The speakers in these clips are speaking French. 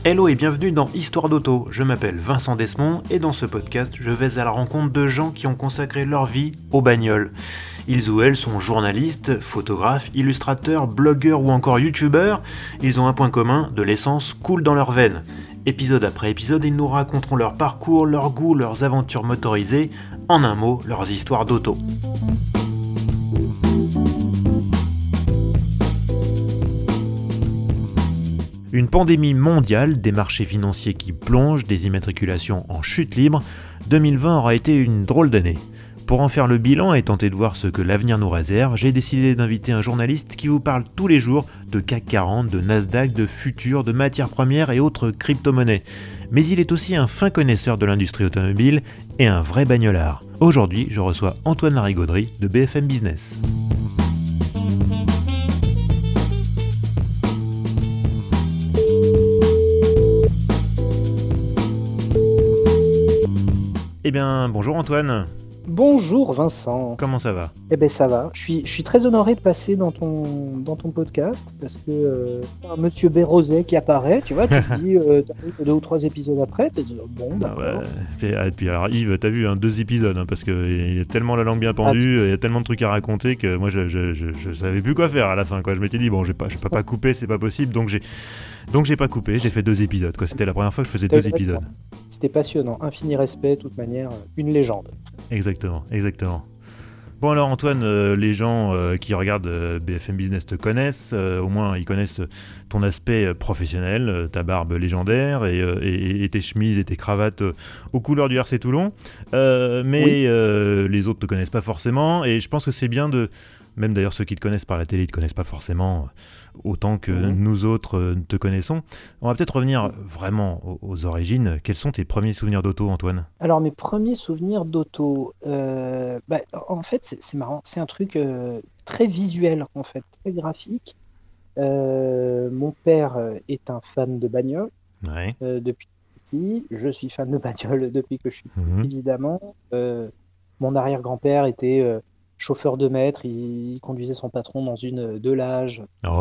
Hello et bienvenue dans Histoire d'auto, je m'appelle Vincent Desmond et dans ce podcast je vais à la rencontre de gens qui ont consacré leur vie aux bagnoles. Ils ou elles sont journalistes, photographes, illustrateurs, blogueurs ou encore youtubeurs. Ils ont un point commun, de l'essence coule dans leurs veines. Épisode après épisode, ils nous raconteront leur parcours, leurs goûts, leurs aventures motorisées, en un mot, leurs histoires d'auto. Une pandémie mondiale, des marchés financiers qui plongent, des immatriculations en chute libre, 2020 aura été une drôle d'année. Pour en faire le bilan et tenter de voir ce que l'avenir nous réserve, j'ai décidé d'inviter un journaliste qui vous parle tous les jours de CAC 40, de Nasdaq, de futurs, de matières premières et autres crypto-monnaies. Mais il est aussi un fin connaisseur de l'industrie automobile et un vrai bagnolard. Aujourd'hui, je reçois Antoine Larigauderie de BFM Business. Eh bien, bonjour Antoine. Bonjour Vincent. Comment ça va ? Eh ben ça va. Je suis très honoré de passer dans ton podcast parce que un monsieur Béroset qui apparaît, tu vois, tu te dis t'arrives 2 ou 3 épisodes après, tu te dis bon d'accord. Et puis alors Yves, t'as vu 2 épisodes parce qu'il y a tellement la langue bien pendue, il y a tellement de trucs à raconter que moi je savais plus quoi faire à la fin quoi. Je m'étais dit bon, je peux pas couper, c'est pas possible, donc j'ai pas coupé, j'ai fait 2 épisodes quoi. C'était la première fois que je faisais 2 épisodes. C'était passionnant, infini respect, de toute manière, une légende. Exactement. Bon alors Antoine, les gens qui regardent BFM Business te connaissent, au moins ils connaissent ton aspect professionnel, ta barbe légendaire et tes chemises et tes cravates aux couleurs du RC Toulon, mais oui. Les autres te connaissent pas forcément et je pense que c'est bien de... Même d'ailleurs ceux qui te connaissent par la télé, ils te connaissent pas forcément autant que nous autres te connaissons. On va peut-être revenir vraiment aux origines. Quels sont tes premiers souvenirs d'auto, Antoine ? Alors mes premiers souvenirs d'auto, en fait c'est marrant, c'est un truc très visuel en fait, très graphique. Mon père est un fan de bagnole depuis petit. Je suis fan de bagnole depuis que je suis petit, évidemment. Mon arrière-grand-père était chauffeur de maître, il conduisait son patron dans une Delage.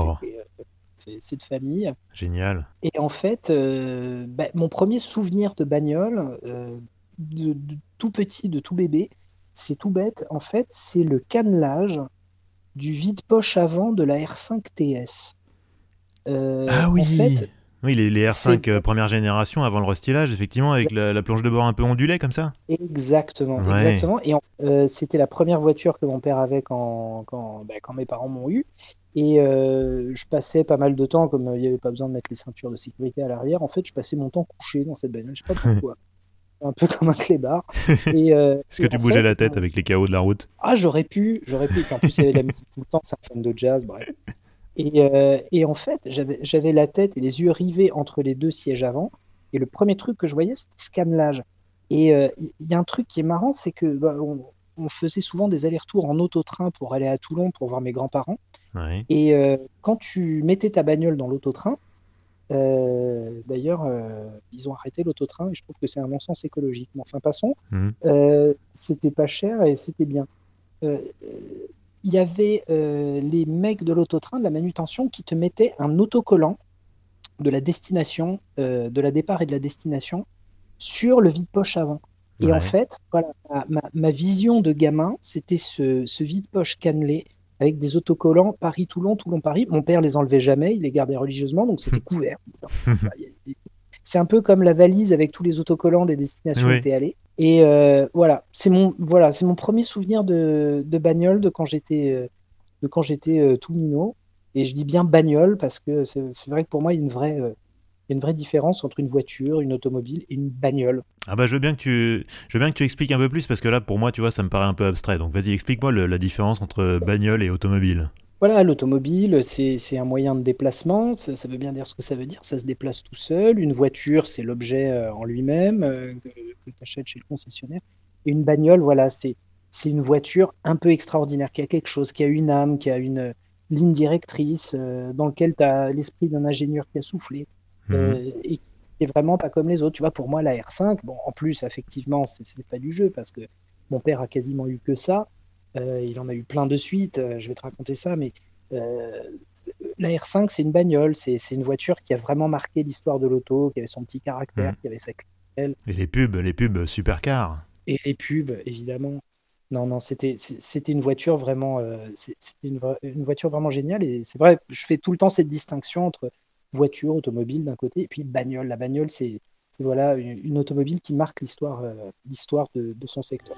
C'est de famille. Génial. Et en fait, mon premier souvenir de bagnole, de tout petit, de tout bébé, c'est tout bête. En fait, c'est le cannelage du vide-poche avant de la R5 TS. Ah oui, en fait, oui, les R5 première génération avant le restylage, effectivement, avec la planche de bord un peu ondulée comme ça. Exactement. Et c'était la première voiture que mon père avait quand mes parents m'ont eu. Et je passais pas mal de temps, comme il n'y avait pas besoin de mettre les ceintures de sécurité à l'arrière, en fait, je passais mon temps couché dans cette bagnole, je sais pas pourquoi. Un peu comme un clébard. Est-ce que tu bougeais la tête avec les chaos de la route ? Ah, j'aurais pu. Et en plus, il y avait de la musique tout le temps, c'est un fan de jazz, bref. Et en fait, j'avais la tête et les yeux rivés entre les 2 sièges avant. Et le premier truc que je voyais, c'était ce cannelage. Et il y a un truc qui est marrant, c'est que on faisait souvent des allers-retours en autotrain pour aller à Toulon pour voir mes grands-parents. Ouais. Et quand tu mettais ta bagnole dans l'autotrain, d'ailleurs, ils ont arrêté l'autotrain et je trouve que c'est un non-sens écologique. Mais enfin, passons. C'était pas cher et c'était bien. Il y avait les mecs de l'autotrain, de la manutention, qui te mettaient un autocollant de la destination, de la départ et de la destination, sur le vide-poche avant. Et en fait, voilà, ma vision de gamin, c'était ce vide-poche cannelé avec des autocollants Paris-Toulon, Toulon-Paris. Mon père les enlevait jamais, il les gardait religieusement, donc c'était couvert. C'est un peu comme la valise avec tous les autocollants des destinations où tu es allé. Et voilà, c'est mon premier souvenir de bagnole de quand j'étais tout minot. Et je dis bien bagnole parce que c'est vrai que pour moi, il y a une vraie différence entre une voiture, une automobile et une bagnole. Ah bah je veux bien que tu expliques un peu plus parce que là pour moi tu vois ça me paraît un peu abstrait, donc vas-y explique-moi la différence entre bagnole et automobile. Voilà, l'automobile, c'est un moyen de déplacement, ça veut bien dire ce que ça veut dire, ça se déplace tout seul. Une voiture, c'est l'objet en lui-même que tu achètes chez le concessionnaire. Et une bagnole, voilà, c'est une voiture un peu extraordinaire, qui a quelque chose, qui a une âme, qui a une ligne directrice, dans laquelle tu as l'esprit d'un ingénieur qui a soufflé, et qui est vraiment pas comme les autres. Tu vois, pour moi, la R5, bon, en plus, effectivement, c'est pas du jeu, parce que mon père a quasiment eu que ça. Il en a eu plein de suites, je vais te raconter ça, mais la R5, c'est une bagnole, c'est une voiture qui a vraiment marqué l'histoire de l'auto, qui avait son petit caractère, qui avait sa clientèle. Et les pubs supercars. Et les pubs, évidemment. Non, c'était une voiture vraiment, c'était une voiture vraiment géniale. Et c'est vrai, je fais tout le temps cette distinction entre voiture, automobile d'un côté, et puis bagnole. La bagnole, c'est voilà une automobile qui marque l'histoire de son secteur.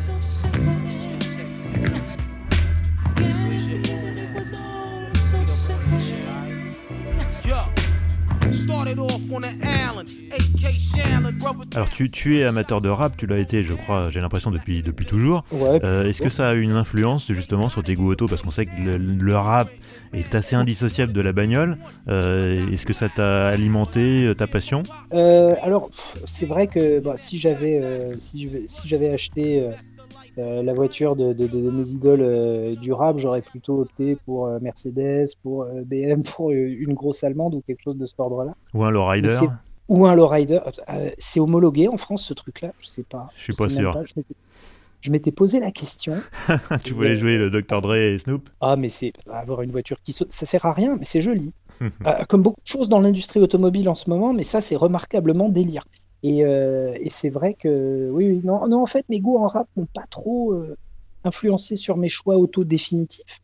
Alors tu es amateur de rap, tu l'as été, je crois, j'ai l'impression depuis toujours. Ouais, Est-ce que ça a eu une influence justement sur tes goûts auto? Parce qu'on sait que le rap est assez indissociable de la bagnole. Est-ce que ça t'a alimenté ta passion? Alors, c'est vrai que si j'avais acheté la voiture de mes idoles du rap, j'aurais plutôt opté pour Mercedes, pour BM, pour une grosse allemande ou quelque chose de cet ordre-là. Ou un lowrider? Ou un lowrider. C'est homologué en France, ce truc-là? Je sais pas. Je suis pas sûr. Je m'étais posé la question. Tu voulais jouer le Dr. Dre et Snoop? Ah, mais c'est avoir une voiture qui saute, ça sert à rien, mais c'est joli. Comme beaucoup de choses dans l'industrie automobile en ce moment, mais ça, c'est remarquablement délire. Et c'est vrai que oui, non, en fait, mes goûts en rap n'ont pas trop influencé sur mes choix auto définitifs.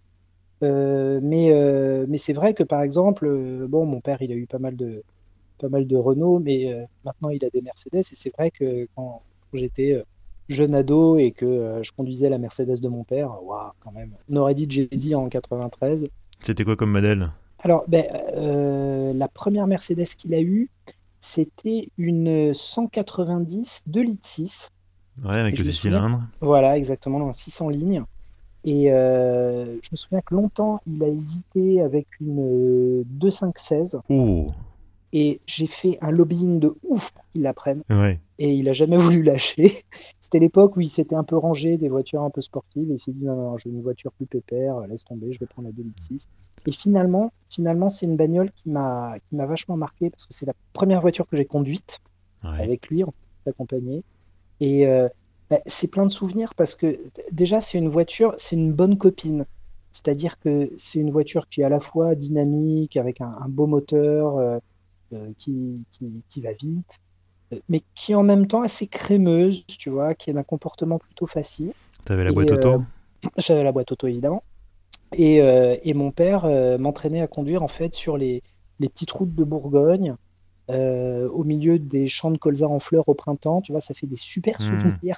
Mais c'est vrai que par exemple, mon père, il a eu pas mal de Renault, mais maintenant il a des Mercedes. Et c'est vrai que quand j'étais jeune ado et que je conduisais la Mercedes de mon père, waouh, quand même. On aurait dit Jay-Z en 93. C'était quoi comme modèle? Alors, la première Mercedes qu'il a eue, c'était une 190 2,6 litres. Ouais, avec le 6 cylindres. Voilà, exactement, un 600 lignes. Et je me souviens que longtemps, il a hésité avec une 2.5/16. Oh. Et j'ai fait un lobbying de ouf pour qu'il la prenne. Ouais. Et il a jamais voulu lâcher. C'était l'époque où il s'était un peu rangé des voitures un peu sportives. Et il s'est dit, non, j'ai une voiture plus pépère, laisse tomber, je vais prendre la 2,6 litres. Et finalement, c'est une bagnole qui m'a vachement marqué parce que c'est la première voiture que j'ai conduite avec lui, en accompagné. Et c'est plein de souvenirs parce que déjà, c'est une voiture, c'est une bonne copine. C'est-à-dire que c'est une voiture qui est à la fois dynamique, avec un beau moteur, qui va vite, mais qui en même temps assez crémeuse, tu vois, qui a un comportement plutôt facile. T'avais la boîte auto? J'avais la boîte auto, évidemment. Et mon père m'entraînait à conduire en fait sur les petites routes de Bourgogne, au milieu des champs de colza en fleurs au printemps. Tu vois, ça fait des super souvenirs.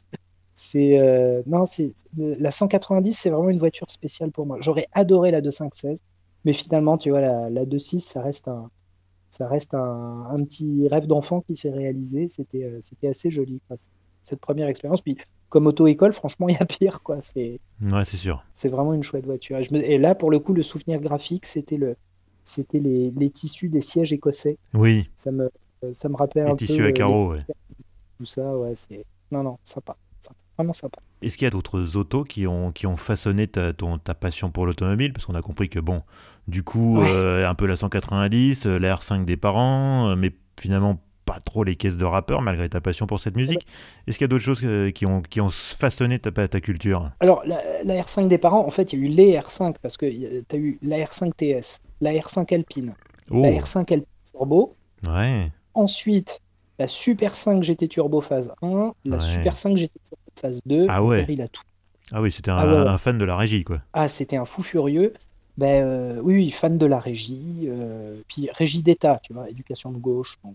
La 190, c'est vraiment une voiture spéciale pour moi. J'aurais adoré la 2.5/16, mais finalement, tu vois, la 2.6, ça reste un petit rêve d'enfant qui s'est réalisé. C'était assez joli, quoi, cette première expérience. Puis, comme auto-école, franchement, il y a pire, quoi. Ouais, c'est sûr. C'est vraiment une chouette voiture. Et là, pour le coup, le souvenir graphique, c'était les tissus des sièges écossais. Oui. Ça me rappelle un peu. Les tissus à carreaux, ouais. Tout ça, ouais, non, sympa. Vraiment sympa. Est-ce qu'il y a d'autres autos qui ont façonné ta passion pour l'automobile? Parce qu'on a compris que, bon, du coup, un peu la 190, la R5 des parents, mais finalement pas trop les caisses de rappeurs, malgré ta passion pour cette musique. Est-ce qu'il y a d'autres choses qui ont façonné ta culture? Alors, la R5 des parents, en fait, il y a eu les R5, parce que tu as eu la R5 TS, la R5 Alpine, la R5 Alpine Turbo. Ouais. Ensuite, la Super 5 GT Turbo phase 1, la Super 5 GT Turbo phase 2. Ah ouais. Il a tout. Ah oui, c'était un fan de la régie, quoi. Ah, c'était un fou furieux. Oui, fan de la régie, puis régie d'État, tu vois, éducation de gauche. Donc,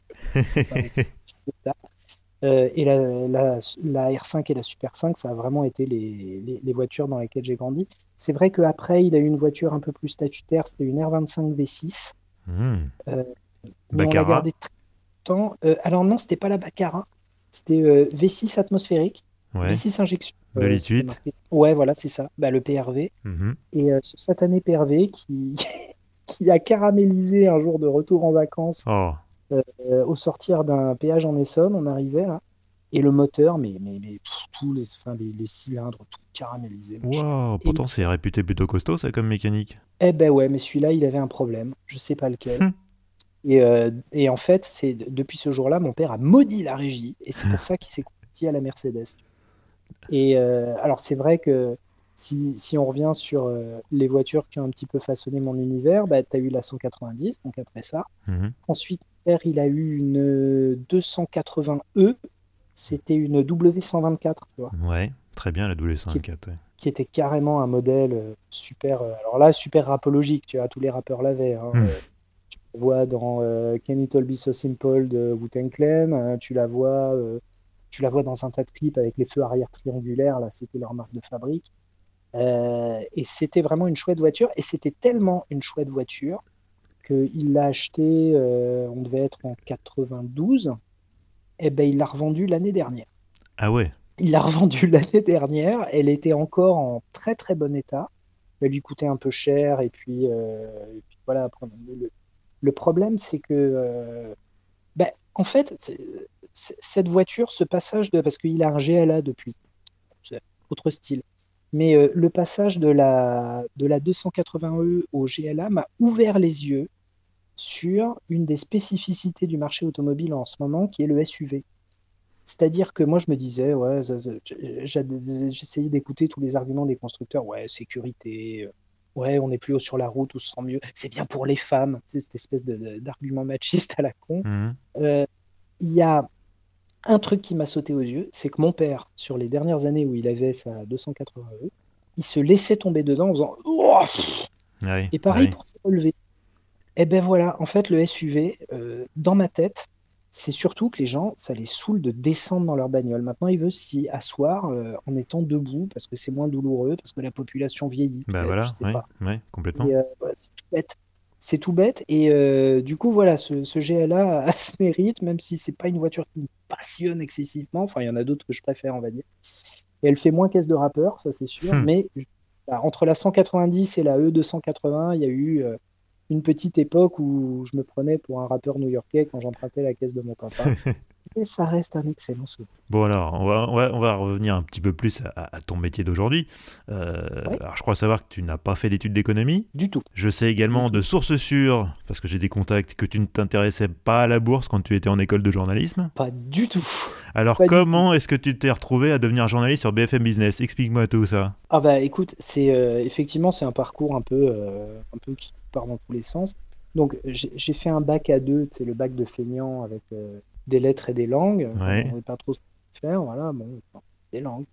et la R5 et la Super 5, ça a vraiment été les voitures dans lesquelles j'ai grandi. C'est vrai qu'après, il a eu une voiture un peu plus statutaire, c'était une R25 V6. Mais on l'a gardé très longtemps. Alors non, c'était pas la Baccarat, c'était V6 atmosphérique, V6 injection. 2,8 litres. Ouais, voilà, c'est ça, le PRV. Et ce satané PRV qui a caramélisé un jour de retour en vacances. Au sortir d'un péage en Essonne, on arrivait là, et le moteur, mais tous les cylindres, tout caramélisé. Wow, pourtant c'est réputé plutôt costaud ça comme mécanique. Eh ben ouais, mais celui-là, il avait un problème, je sais pas lequel. Et en fait, c'est depuis ce jour-là, mon père a maudit la régie, et c'est pour ça qu'il s'est converti à la Mercedes. Et alors c'est vrai que Si on revient sur les voitures qui ont un petit peu façonné mon univers, bah, tu as eu la 190, donc après ça. Mhm. Ensuite, mon père, il a eu une 280E, c'était une W124, tu vois, Ouais, très bien la qui, W124. Ouais. qui était carrément un modèle super, alors là, super rapologique, tu vois, tous les rappeurs l'avaient, hein, Hmm. tu la vois dans Can It All Be So Simple de Wu-Tang Clan, tu la vois dans un tas de clips avec les feux arrière triangulaires, là, c'était leur marque de fabrique. Et c'était vraiment une chouette voiture. Et c'était tellement une chouette voiture qu'il l'a acheté, on devait être en 92, et ben il l'a revendue l'année dernière. Ah ouais. Il l'a revendue l'année dernière, elle était encore en très très bon état. Elle lui coûtait un peu cher, et puis voilà. Après, le problème, c'est que, ben, en fait, cette voiture, ce passage de. Parce qu'il a un GLA depuis, c'est autre style. Mais le passage de la 280E au GLA m'a ouvert les yeux sur une des spécificités du marché automobile en ce moment, qui est le SUV. C'est-à-dire que moi, je me disais, ouais, j'essayais d'écouter tous les arguments des constructeurs, ouais, sécurité, ouais, on est plus haut sur la route, on se sent mieux, c'est bien pour les femmes, tu sais, cette espèce d'argument machiste à la con. Mhm. Euh, Il y a un truc qui m'a sauté aux yeux, c'est que mon père, sur les dernières années où il avait sa 280E, il se laissait tomber dedans en faisant oh. Ouais, Et pareil ouais. pour se relever. Et ben voilà, en fait, le SUV, dans ma tête, c'est surtout que les gens, ça les saoule de descendre dans leur bagnole. Maintenant, ils veulent s'y asseoir en étant debout parce que c'est moins douloureux, parce que la population vieillit, Bah peut-être, je voilà, sais ouais, pas. ouais, complètement. Et voilà, c'est tout bête. C'est tout bête. Et du coup, voilà, ce GLA a ce mérite, même si c'est pas une voiture qui me passionne excessivement. Enfin, il y en a d'autres que je préfère, on va dire. Et elle fait moins caisse de rappeur, ça c'est sûr. Hmm. Mais bah, entre la 190 et la E280, il y a eu une petite époque où je me prenais pour un rappeur new-yorkais quand j'empruntais la caisse de mon papa. Et ça reste un excellent souvenir. Bon alors, on va revenir un petit peu plus à ton métier d'aujourd'hui. Ouais, Alors je crois savoir que tu n'as pas fait d'études d'économie. du tout. Je sais Du également de tout. sources sûres, parce que j'ai des contacts, que tu ne t'intéressais pas à la bourse quand tu étais en école de journalisme. Pas du tout. Alors Pas du tout. comment est-ce que tu t'es retrouvé à devenir journaliste sur BFM Business? Explique-moi tout ça. Ah bah écoute, effectivement c'est un parcours un peu qui part dans tous les sens. Donc j'ai fait un bac à deux, c'est le bac de feignant avec des lettres et des langues. On Ouais. ne savait pas trop ce qu'on faire, voilà, bon, des langues.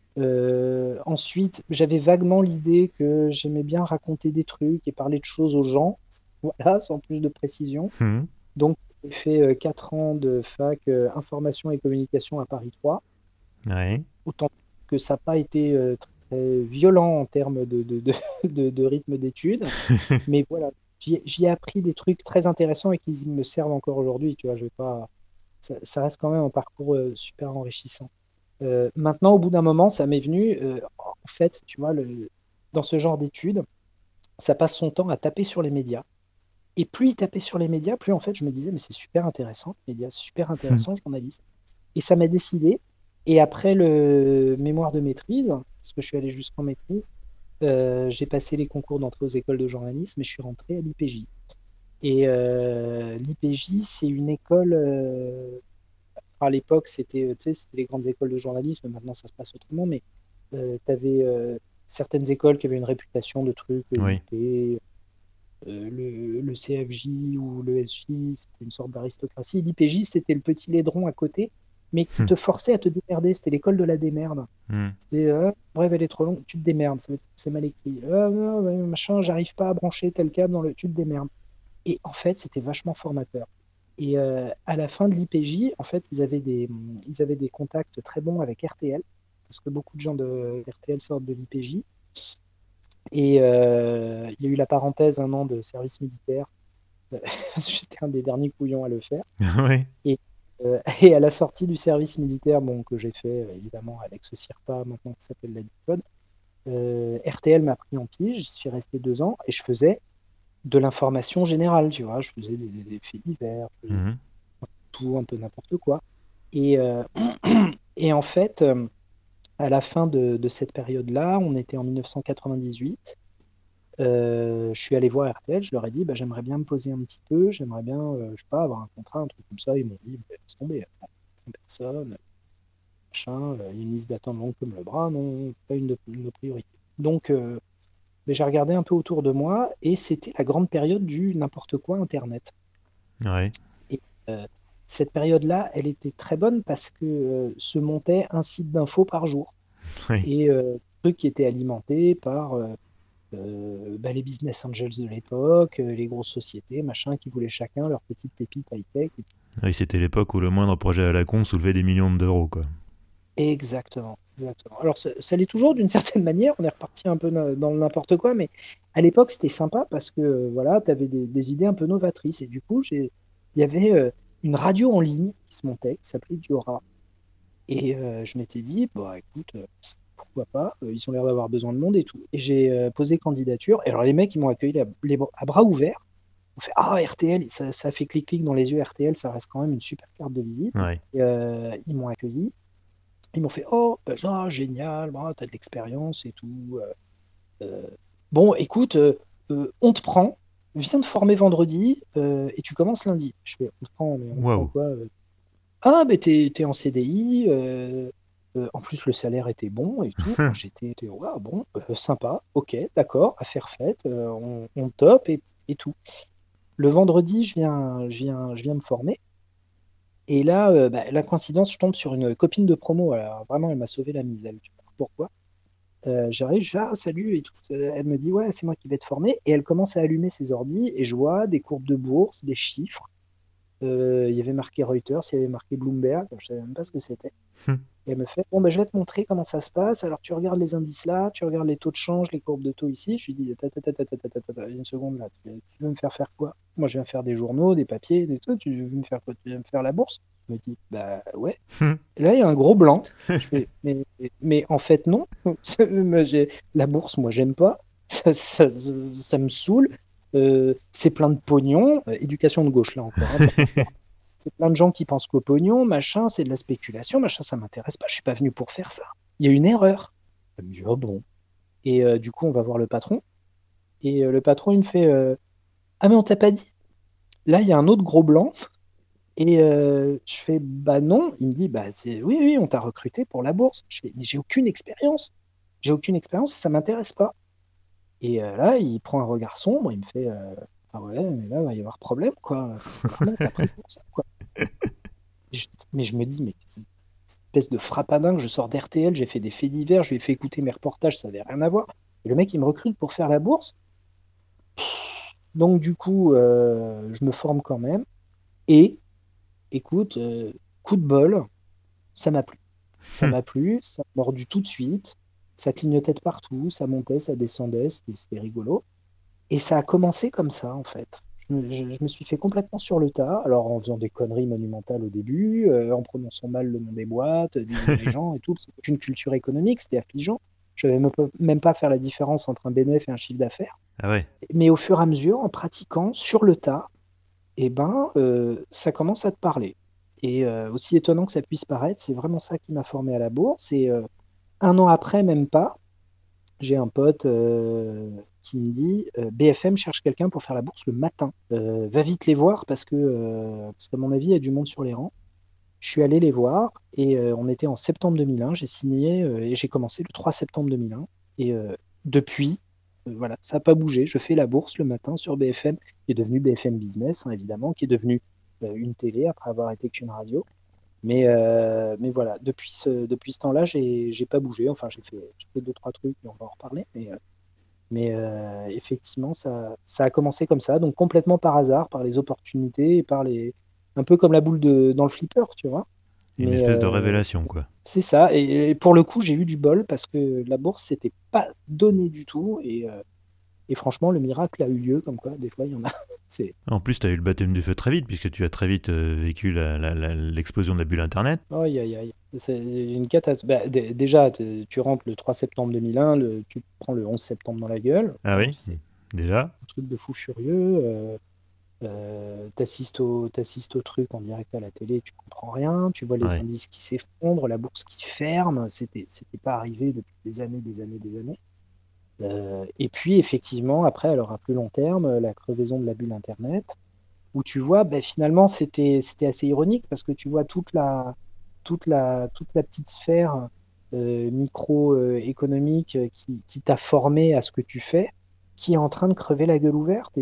Ensuite, j'avais vaguement l'idée que j'aimais bien raconter des trucs et parler de choses aux gens, voilà, sans plus de précision. Hmm. Donc, j'ai fait 4 ans de fac information et communication à Paris 3. Ouais. Autant que ça n'a pas été très violent en termes de rythme d'études, mais voilà, j'y ai appris des trucs très intéressants et qui me servent encore aujourd'hui. Tu vois, je vais pas, ça reste quand même un parcours super enrichissant. Maintenant, au bout d'un moment, ça m'est venu, en fait, tu vois, dans ce genre d'études, ça passe son temps à taper sur les médias. Et plus il tapait sur les médias, plus en fait, je me disais, mais c'est super intéressant, les médias, c'est super Hmm. intéressant, journaliste. Et ça m'a décidé. Et après le mémoire de maîtrise, parce que je suis allé jusqu'en maîtrise, j'ai passé les concours d'entrée aux écoles de journalisme et je suis rentré à l'IPJ. Et l'IPJ, c'est une école. À l'époque, tu sais, c'était les grandes écoles de journalisme. Maintenant, ça se passe autrement. Mais tu avais certaines écoles qui avaient une réputation de trucs Oui. huppés. Le CFJ ou le SJ, c'était une sorte d'aristocratie. L'IPJ, c'était le petit laidron à côté, mais qui Hmm. te forçait à te démerder. C'était l'école de la démerde. Hmm. C'était, bref, elle est trop longue, tu te démerdes, ça veut dire que c'est mal écrit. Non, ouais, machin, j'arrive pas à brancher tel câble dans le. Tu te démerdes. Et en fait, c'était vachement formateur. Et à la fin de l'IPJ, en fait, ils avaient des contacts très bons avec RTL, parce que beaucoup de gens de RTL sortent de l'IPJ. Et il y a eu la parenthèse 1 an de service militaire. J'étais un des derniers couillons à le faire. Ouais. Et, et à la sortie du service militaire, bon, que j'ai fait évidemment avec ce CIRPA, maintenant qui s'appelle la DICODE, RTL m'a pris en pige, je suis resté 2 ans et je faisais de l'information générale, tu vois. Je faisais des faits divers, je faisais Hmm. tout, un peu n'importe quoi. Et, et en fait, à la fin de cette période-là, on était en 1998. Je suis allé voir RTL, je leur ai dit, bah, j'aimerais bien me poser un petit peu, j'aimerais bien, je sais pas, avoir un contrat, un truc comme ça. Ils m'ont dit, bah, laisse tomber, attends, personne, machin, il y a une liste d'attente longue comme le bras, non, pas une de nos priorités. Donc, mais j'ai regardé un peu autour de moi et c'était la grande période du n'importe quoi Internet. Ouais. Et cette période-là, elle était très bonne parce que se montait un site d'info par jour. Oui. Et truc qui était alimenté par les business angels de l'époque, les grosses sociétés, machin, qui voulaient chacun leur petite pépite high-tech. Oui, c'était l'époque où le moindre projet à la con soulevait des millions d'euros, quoi. Exactement, exactement. Alors, ça l'est toujours d'une certaine manière, on est reparti un peu dans le n'importe quoi, mais à l'époque, c'était sympa parce que voilà, tu avais des idées un peu novatrices. Et du coup, il y avait une radio en ligne qui se montait, qui s'appelait Diora. Et je m'étais dit, bah écoute, pourquoi pas, ils ont l'air d'avoir besoin de monde et tout. Et j'ai posé candidature. Et alors, les mecs, ils m'ont accueilli à bras ouverts. On fait, ah, RTL, ça fait clic-clic dans les yeux. RTL, ça reste quand même une super carte de visite. Ouais. Et, ils m'ont accueilli. Ils m'ont fait, oh, bah, ça, génial, bah, t'as de l'expérience et tout. Euh, bon, écoute, on te prend, viens te former vendredi et tu commences lundi. Je fais, on te prend, mais on te prend Waouh. quoi Ah, mais t'es en CDI. En plus, le salaire était bon et tout. Enfin, ouais, bon, sympa, ok, d'accord, affaire faite, on top et tout. Le vendredi, je viens me former. Et là, la coïncidence, je tombe sur une copine de promo. Alors, vraiment, elle m'a sauvé la mise. Elle, tu vois pourquoi? J'arrive, je fais ah, salut et tout. Elle me dit ouais, c'est moi qui vais te former. Et elle commence à allumer ses ordis et je vois des courbes de bourse, des chiffres. Il y avait marqué Reuters, il y avait marqué Bloomberg. Je savais même pas ce que c'était. Et elle me fait, bon, ben, je vais te montrer comment ça se passe. Alors, tu regardes les indices là, tu regardes les taux de change, les courbes de taux ici. Je lui dis, une seconde là, tu veux me faire quoi? Moi, je viens faire des journaux, des papiers, des trucs. Tu veux me faire quoi? Tu veux me faire la bourse? Elle me dit, bah ouais. Et là, il y a un gros blanc. Je fais, mais en fait, non. La bourse, moi, j'aime pas. Ça me saoule. C'est plein de pognon. Éducation de gauche, là encore, hein. C'est plein de gens qui pensent qu'au pognon, machin, c'est de la spéculation, machin, ça m'intéresse pas, je suis pas venu pour faire ça. Il y a une erreur. Elle me dit, oh bon. Et du coup, on va voir le patron. Et le patron, il me fait, ah mais on t'a pas dit. Là, il y a un autre gros blanc. Et je fais, bah non. Il me dit, bah c'est, oui, oui, on t'a recruté pour la bourse. Je fais, mais j'ai aucune expérience. J'ai aucune expérience et ça m'intéresse pas. Et là, il prend un regard sombre, il me fait, ah ouais, mais là, il va y avoir problème, quoi. Parce que vraiment, t'as pris pour ça, quoi. Mais je me dis, mais c'est une espèce de frappadingue, je sors d'RTL, j'ai fait des faits divers, je lui ai fait écouter mes reportages, ça n'avait rien à voir. Et le mec, il me recrute pour faire la bourse. Donc, du coup, je me forme quand même. Et, écoute, coup de bol, ça m'a plu. Ça m'a plu, ça m'a mordu tout de suite. Ça clignotait de partout, ça montait, ça descendait, c'était rigolo. Et ça a commencé comme ça, en fait. Je me suis fait complètement sur le tas, alors en faisant des conneries monumentales au début, en prononçant mal le nom des boîtes, des noms des gens et tout, parce que c'est une culture économique, c'était affligeant. Je ne savais même pas faire la différence entre un bénéfice et un chiffre d'affaires. Ah ouais. Mais au fur et à mesure, en pratiquant sur le tas, eh ben, ça commence à te parler. Et aussi étonnant que ça puisse paraître, c'est vraiment ça qui m'a formé à la bourse. Et un an après, même pas, j'ai un pote qui me dit BFM cherche quelqu'un pour faire la bourse le matin. Va vite les voir parce qu'à mon avis, il y a du monde sur les rangs. Je suis allé les voir et on était en septembre 2001. J'ai signé et j'ai commencé le 3 septembre 2001. Et depuis, voilà, ça n'a pas bougé. Je fais la bourse le matin sur BFM, qui est devenu BFM Business, hein, évidemment, qui est devenu une télé après avoir été qu'une radio. Mais voilà, depuis ce temps-là, j'ai pas bougé. Enfin, j'ai fait deux, trois trucs, mais on va en reparler. Mais effectivement, ça a commencé comme ça, donc complètement par hasard, par les opportunités et un peu comme la boule dans le flipper, tu vois. Une Mais espèce de révélation, quoi. c'est ça. Et pour le coup, j'ai eu du bol parce que la bourse, c'était pas donné du tout. Et franchement, le miracle a eu lieu, comme quoi, des fois, il y en a. C'est... En plus, tu as eu le baptême du feu très vite, puisque tu as très vite vécu l'explosion de la bulle Internet. Aïe, aïe, aïe. C'est une catastrophe. Bah, déjà, tu rentres le 3 septembre 2001, tu te prends le 11 septembre dans la gueule. Ah oui, C'est déjà. un truc de fou furieux. T'assistes au truc en direct à la télé, tu comprends rien. Tu vois les Ouais. indices qui s'effondrent, la bourse qui ferme. C'était pas arrivé depuis des années, des années, des années. Et puis, effectivement, après, alors à plus long terme, la crevaison de la bulle Internet, où tu vois, ben, finalement, c'était assez ironique parce que tu vois toute la petite sphère. micro-économique qui t'a formé à ce que tu fais, qui est en train de crever la gueule ouverte.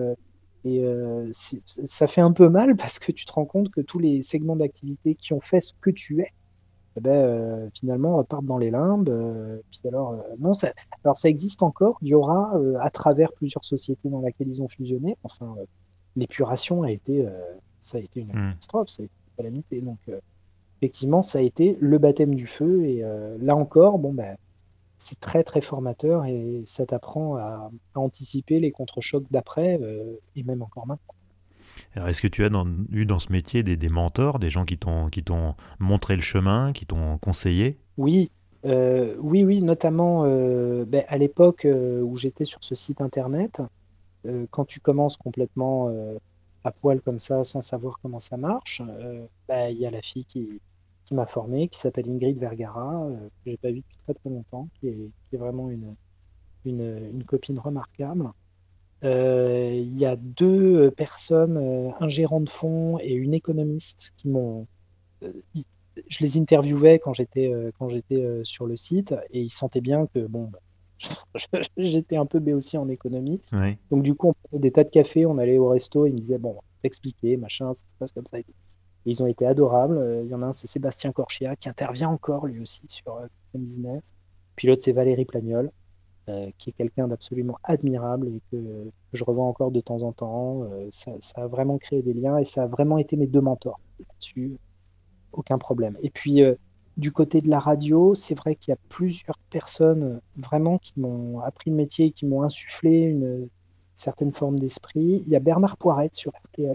Ça fait un peu mal parce que tu te rends compte que tous les segments d'activité qui ont fait ce que tu es, eh ben, finalement, repartent dans les limbes. Puis alors, non, alors ça existe encore, Diora, à travers plusieurs sociétés dans lesquelles ils ont fusionné. Enfin, l'épuration ça a été une Hmm. catastrophe, ça a été une calamité. Donc, effectivement, ça a été le baptême du feu. Et là encore, bon, ben, c'est très, très formateur et ça t'apprend à anticiper les contre-chocs d'après et même encore maintenant. Alors, est-ce que tu as eu dans ce métier des mentors, des gens qui t'ont montré le chemin, qui t'ont conseillé? Oui, oui, oui, notamment ben, à l'époque où j'étais sur ce site internet, quand tu commences complètement à poil comme ça, sans savoir comment ça marche, ben, il y a la fille qui m'a formé, qui s'appelle Ingrid Vergara, que j'ai pas vue depuis très très longtemps, qui est vraiment une copine remarquable. Il y a deux personnes, un gérant de fonds et une économiste euh, ils- je les interviewais quand j'étais sur le site et ils sentaient bien que bon, bah, j'étais un peu béotien en économie. Oui. Donc du coup, on prenait des tas de café, on allait au resto, ils me disaient bon, t'expliquer, machin, ça se passe comme ça. Et ils ont été adorables. Il y en a un, c'est Sébastien Corchia qui intervient encore lui aussi sur BFM Business. Puis l'autre, c'est Valérie Plagnol, qui est quelqu'un d'absolument admirable et que je revois encore de temps en temps. Ça a vraiment créé des liens et ça a vraiment été mes deux mentors là-dessus, aucun problème. Et puis, du côté de la radio, c'est vrai qu'il y a plusieurs personnes vraiment qui m'ont appris le métier, qui m'ont insufflé une certaine forme d'esprit. Il y a Bernard Poirette sur RTL,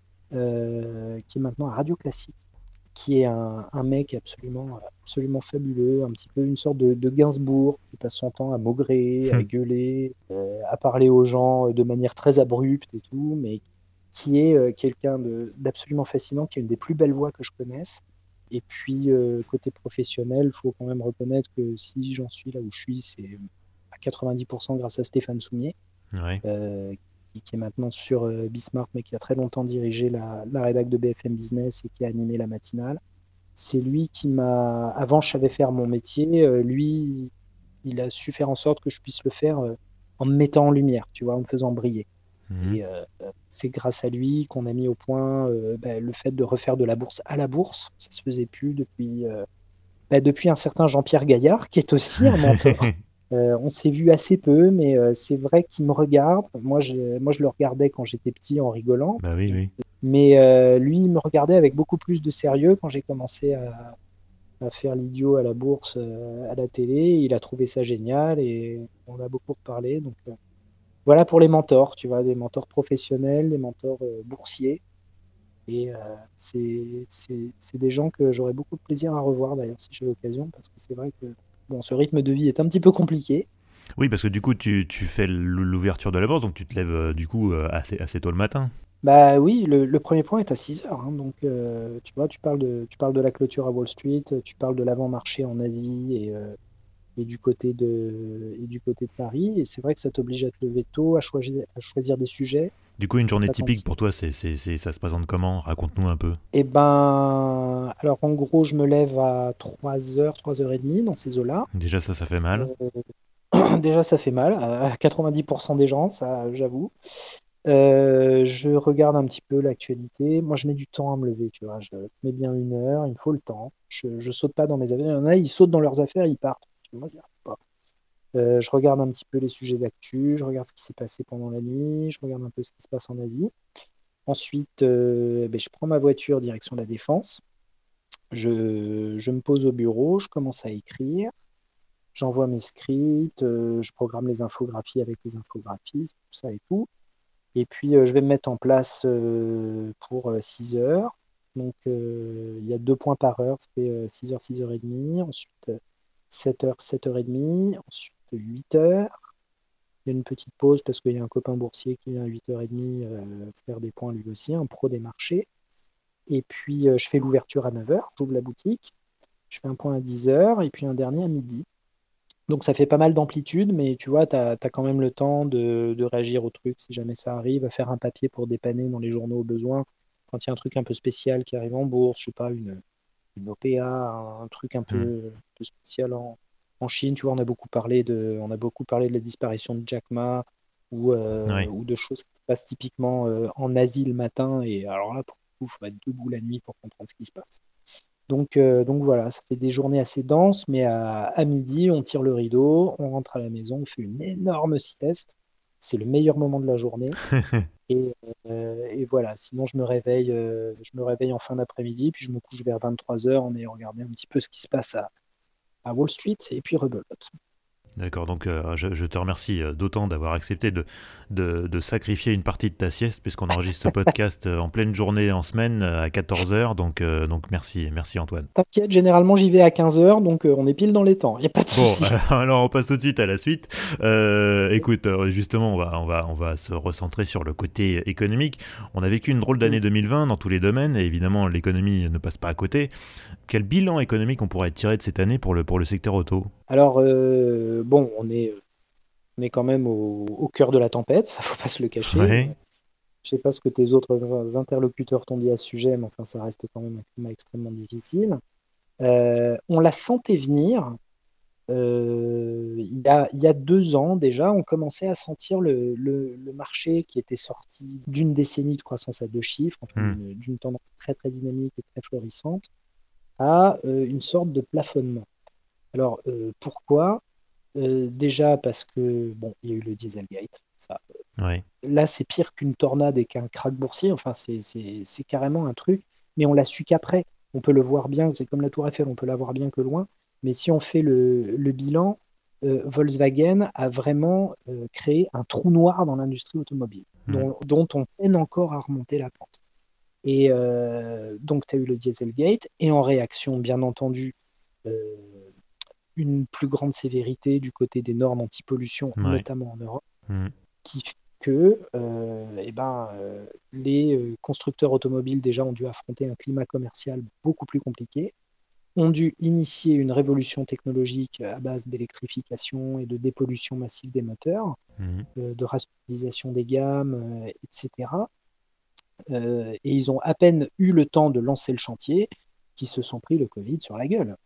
qui est maintenant à Radio Classique, qui est un mec absolument, absolument fabuleux, un petit peu une sorte de Gainsbourg, qui passe son temps à maugrer, à gueuler, à parler aux gens de manière très abrupte et tout, mais qui est quelqu'un d'absolument fascinant, qui a une des plus belles voix que je connaisse. Et puis, côté professionnel, il faut quand même reconnaître que si j'en suis là où je suis, c'est à 90% grâce à Stéphane Soumier, Ouais. qui est maintenant sur Bismarck, mais qui a très longtemps dirigé la rédac de BFM Business et qui a animé la matinale. C'est lui qui m'a. Avant, je savais faire mon métier. Lui, il a su faire en sorte que je puisse le faire en me mettant en lumière, tu vois, en me faisant briller. Mhm. Et c'est grâce à lui qu'on a mis au point ben, le fait de refaire de la bourse à la bourse. Ça se faisait plus depuis un certain Jean-Pierre Gaillard, qui est aussi un mentor. On s'est vu assez peu, mais c'est vrai qu'il me regarde. Moi, je le regardais quand j'étais petit en rigolant. Bah oui, oui. Mais lui, il me regardait avec beaucoup plus de sérieux quand j'ai commencé à faire l'idiot à la bourse, à la télé. Il a trouvé ça génial et on a beaucoup reparlé. Donc voilà pour les mentors, tu vois, des mentors professionnels, des mentors boursiers. Et c'est des gens que j'aurais beaucoup de plaisir à revoir d'ailleurs si j'ai l'occasion, parce que c'est vrai que bon, ce rythme de vie est un petit peu compliqué. Oui, parce que du coup, tu fais l'ouverture de la bourse, donc tu te lèves du coup assez tôt le matin. Bah oui, le premier point est à 6 heures, hein. Donc tu vois, tu parles de la cloture à Wall Street, tu parles de l'avant-marché en Asie et du côté de Paris. Et c'est vrai que ça t'oblige à te lever tôt, à choisir des sujets. Du coup, une journée Pas tant de typique pour toi, ça se présente comment? Raconte-nous un peu. Eh ben, alors en gros, je me lève à 3 heures, 3 heures et demie dans ces eaux-là. Déjà, ça fait mal. Déjà, ça fait mal à 90% des gens, ça, j'avoue. Je regarde un petit peu l'actualité. Moi, je mets du temps à me lever, tu vois. Je mets bien 1 heure, il me faut le temps. Je saute pas dans mes affaires. Il y en a, ils sautent dans leurs affaires, ils partent. Moi, j'y arrive pas. Je regarde un petit peu les sujets d'actu, je regarde ce qui s'est passé pendant la nuit, je regarde un peu ce qui se passe en Asie. Ensuite, ben, je prends ma voiture direction la Défense. Je me pose au bureau, je commence à écrire. J'envoie mes scripts, je programme les infographies avec les infographistes, tout ça et tout. Et puis, je vais me mettre en place pour 6 heures. Donc, il y a 2 points par heure, ça fait 6 heures, 6 heures et demie. Ensuite, 7 heures, 7 heures et demie. Ensuite, 8 heures. Il y a une petite pause parce qu'il y a un copain boursier qui vient à 8 heures et demie faire des points lui aussi, un pro des marchés. Et puis, je fais l'ouverture à 9 heures, j'ouvre la boutique. Je fais un point à 10 heures et puis un dernier à midi. Donc ça fait pas mal d'amplitude, mais tu vois, tu as quand même le temps de réagir au truc si jamais ça arrive, à faire un papier pour dépanner dans les journaux au besoin. Quand il y a un truc un peu spécial qui arrive en bourse, je sais pas, une une OPA, un truc un peu spécial en Chine. Tu vois, on a beaucoup parlé de la disparition de Jack Ma ou de choses qui se passent typiquement en Asie le matin. Et alors là, pour le coup, il faut être debout la nuit pour comprendre ce qui se passe. Donc voilà, ça fait des journées assez denses, mais à midi, on tire le rideau, on rentre à la maison, on fait une énorme sieste. C'est le meilleur moment de la journée. Et voilà, sinon je me réveille en fin d'après-midi, puis je me couche vers 23h en ayant regardé un petit peu ce qui se passe à Wall Street, et puis rebelote. D'accord, donc je te remercie d'autant d'avoir accepté de sacrifier une partie de ta sieste, puisqu'on enregistre ce podcast en pleine journée, en semaine, à 14h. Donc merci Antoine. T'inquiète, généralement j'y vais à 15h, donc on est pile dans les temps, il n'y a pas de Bon, souci. alors on passe tout de suite à la suite. Écoute, justement, on va se recentrer sur le côté économique. On a vécu une drôle d'année 2020 dans tous les domaines, et évidemment l'économie ne passe pas à côté. Quel bilan économique on pourrait tirer de cette année pour le secteur auto ? Alors, bon, on est quand même au cœur de la tempête, ça faut pas se le cacher. Ouais. Je sais pas ce que tes autres interlocuteurs t'ont dit à ce sujet, mais enfin, ça reste quand même un climat extrêmement difficile. On la sentait venir. Il y a 2 ans déjà, on commençait à sentir le marché qui était sorti d'une décennie de croissance à 2 chiffres, enfin, d'une tendance très très dynamique et très florissante, à une sorte de plafonnement. Alors, pourquoi? Déjà parce que, bon, il y a eu le Dieselgate. Ça, Ouais. là, c'est pire qu'une tornade et qu'un krach boursier. Enfin, c'est carrément un truc, mais on l'a su qu'après. On peut le voir bien, c'est comme la Tour Eiffel, on peut la voir bien que loin. Mais si on fait le bilan, Volkswagen a vraiment créé un trou noir dans l'industrie automobile, dont on peine encore à remonter la pente. Et donc, tu as eu le Dieselgate, et en réaction, bien entendu, euh, une plus grande sévérité du côté des normes anti-pollution, notamment en Europe, qui fait que les constructeurs automobiles déjà ont dû affronter un climat commercial beaucoup plus compliqué, ont dû initier une révolution technologique à base d'électrification et de dépollution massive des moteurs, de rationalisation des gammes, etc. Et ils ont à peine eu le temps de lancer le chantier qu'ils se sont pris le Covid sur la gueule.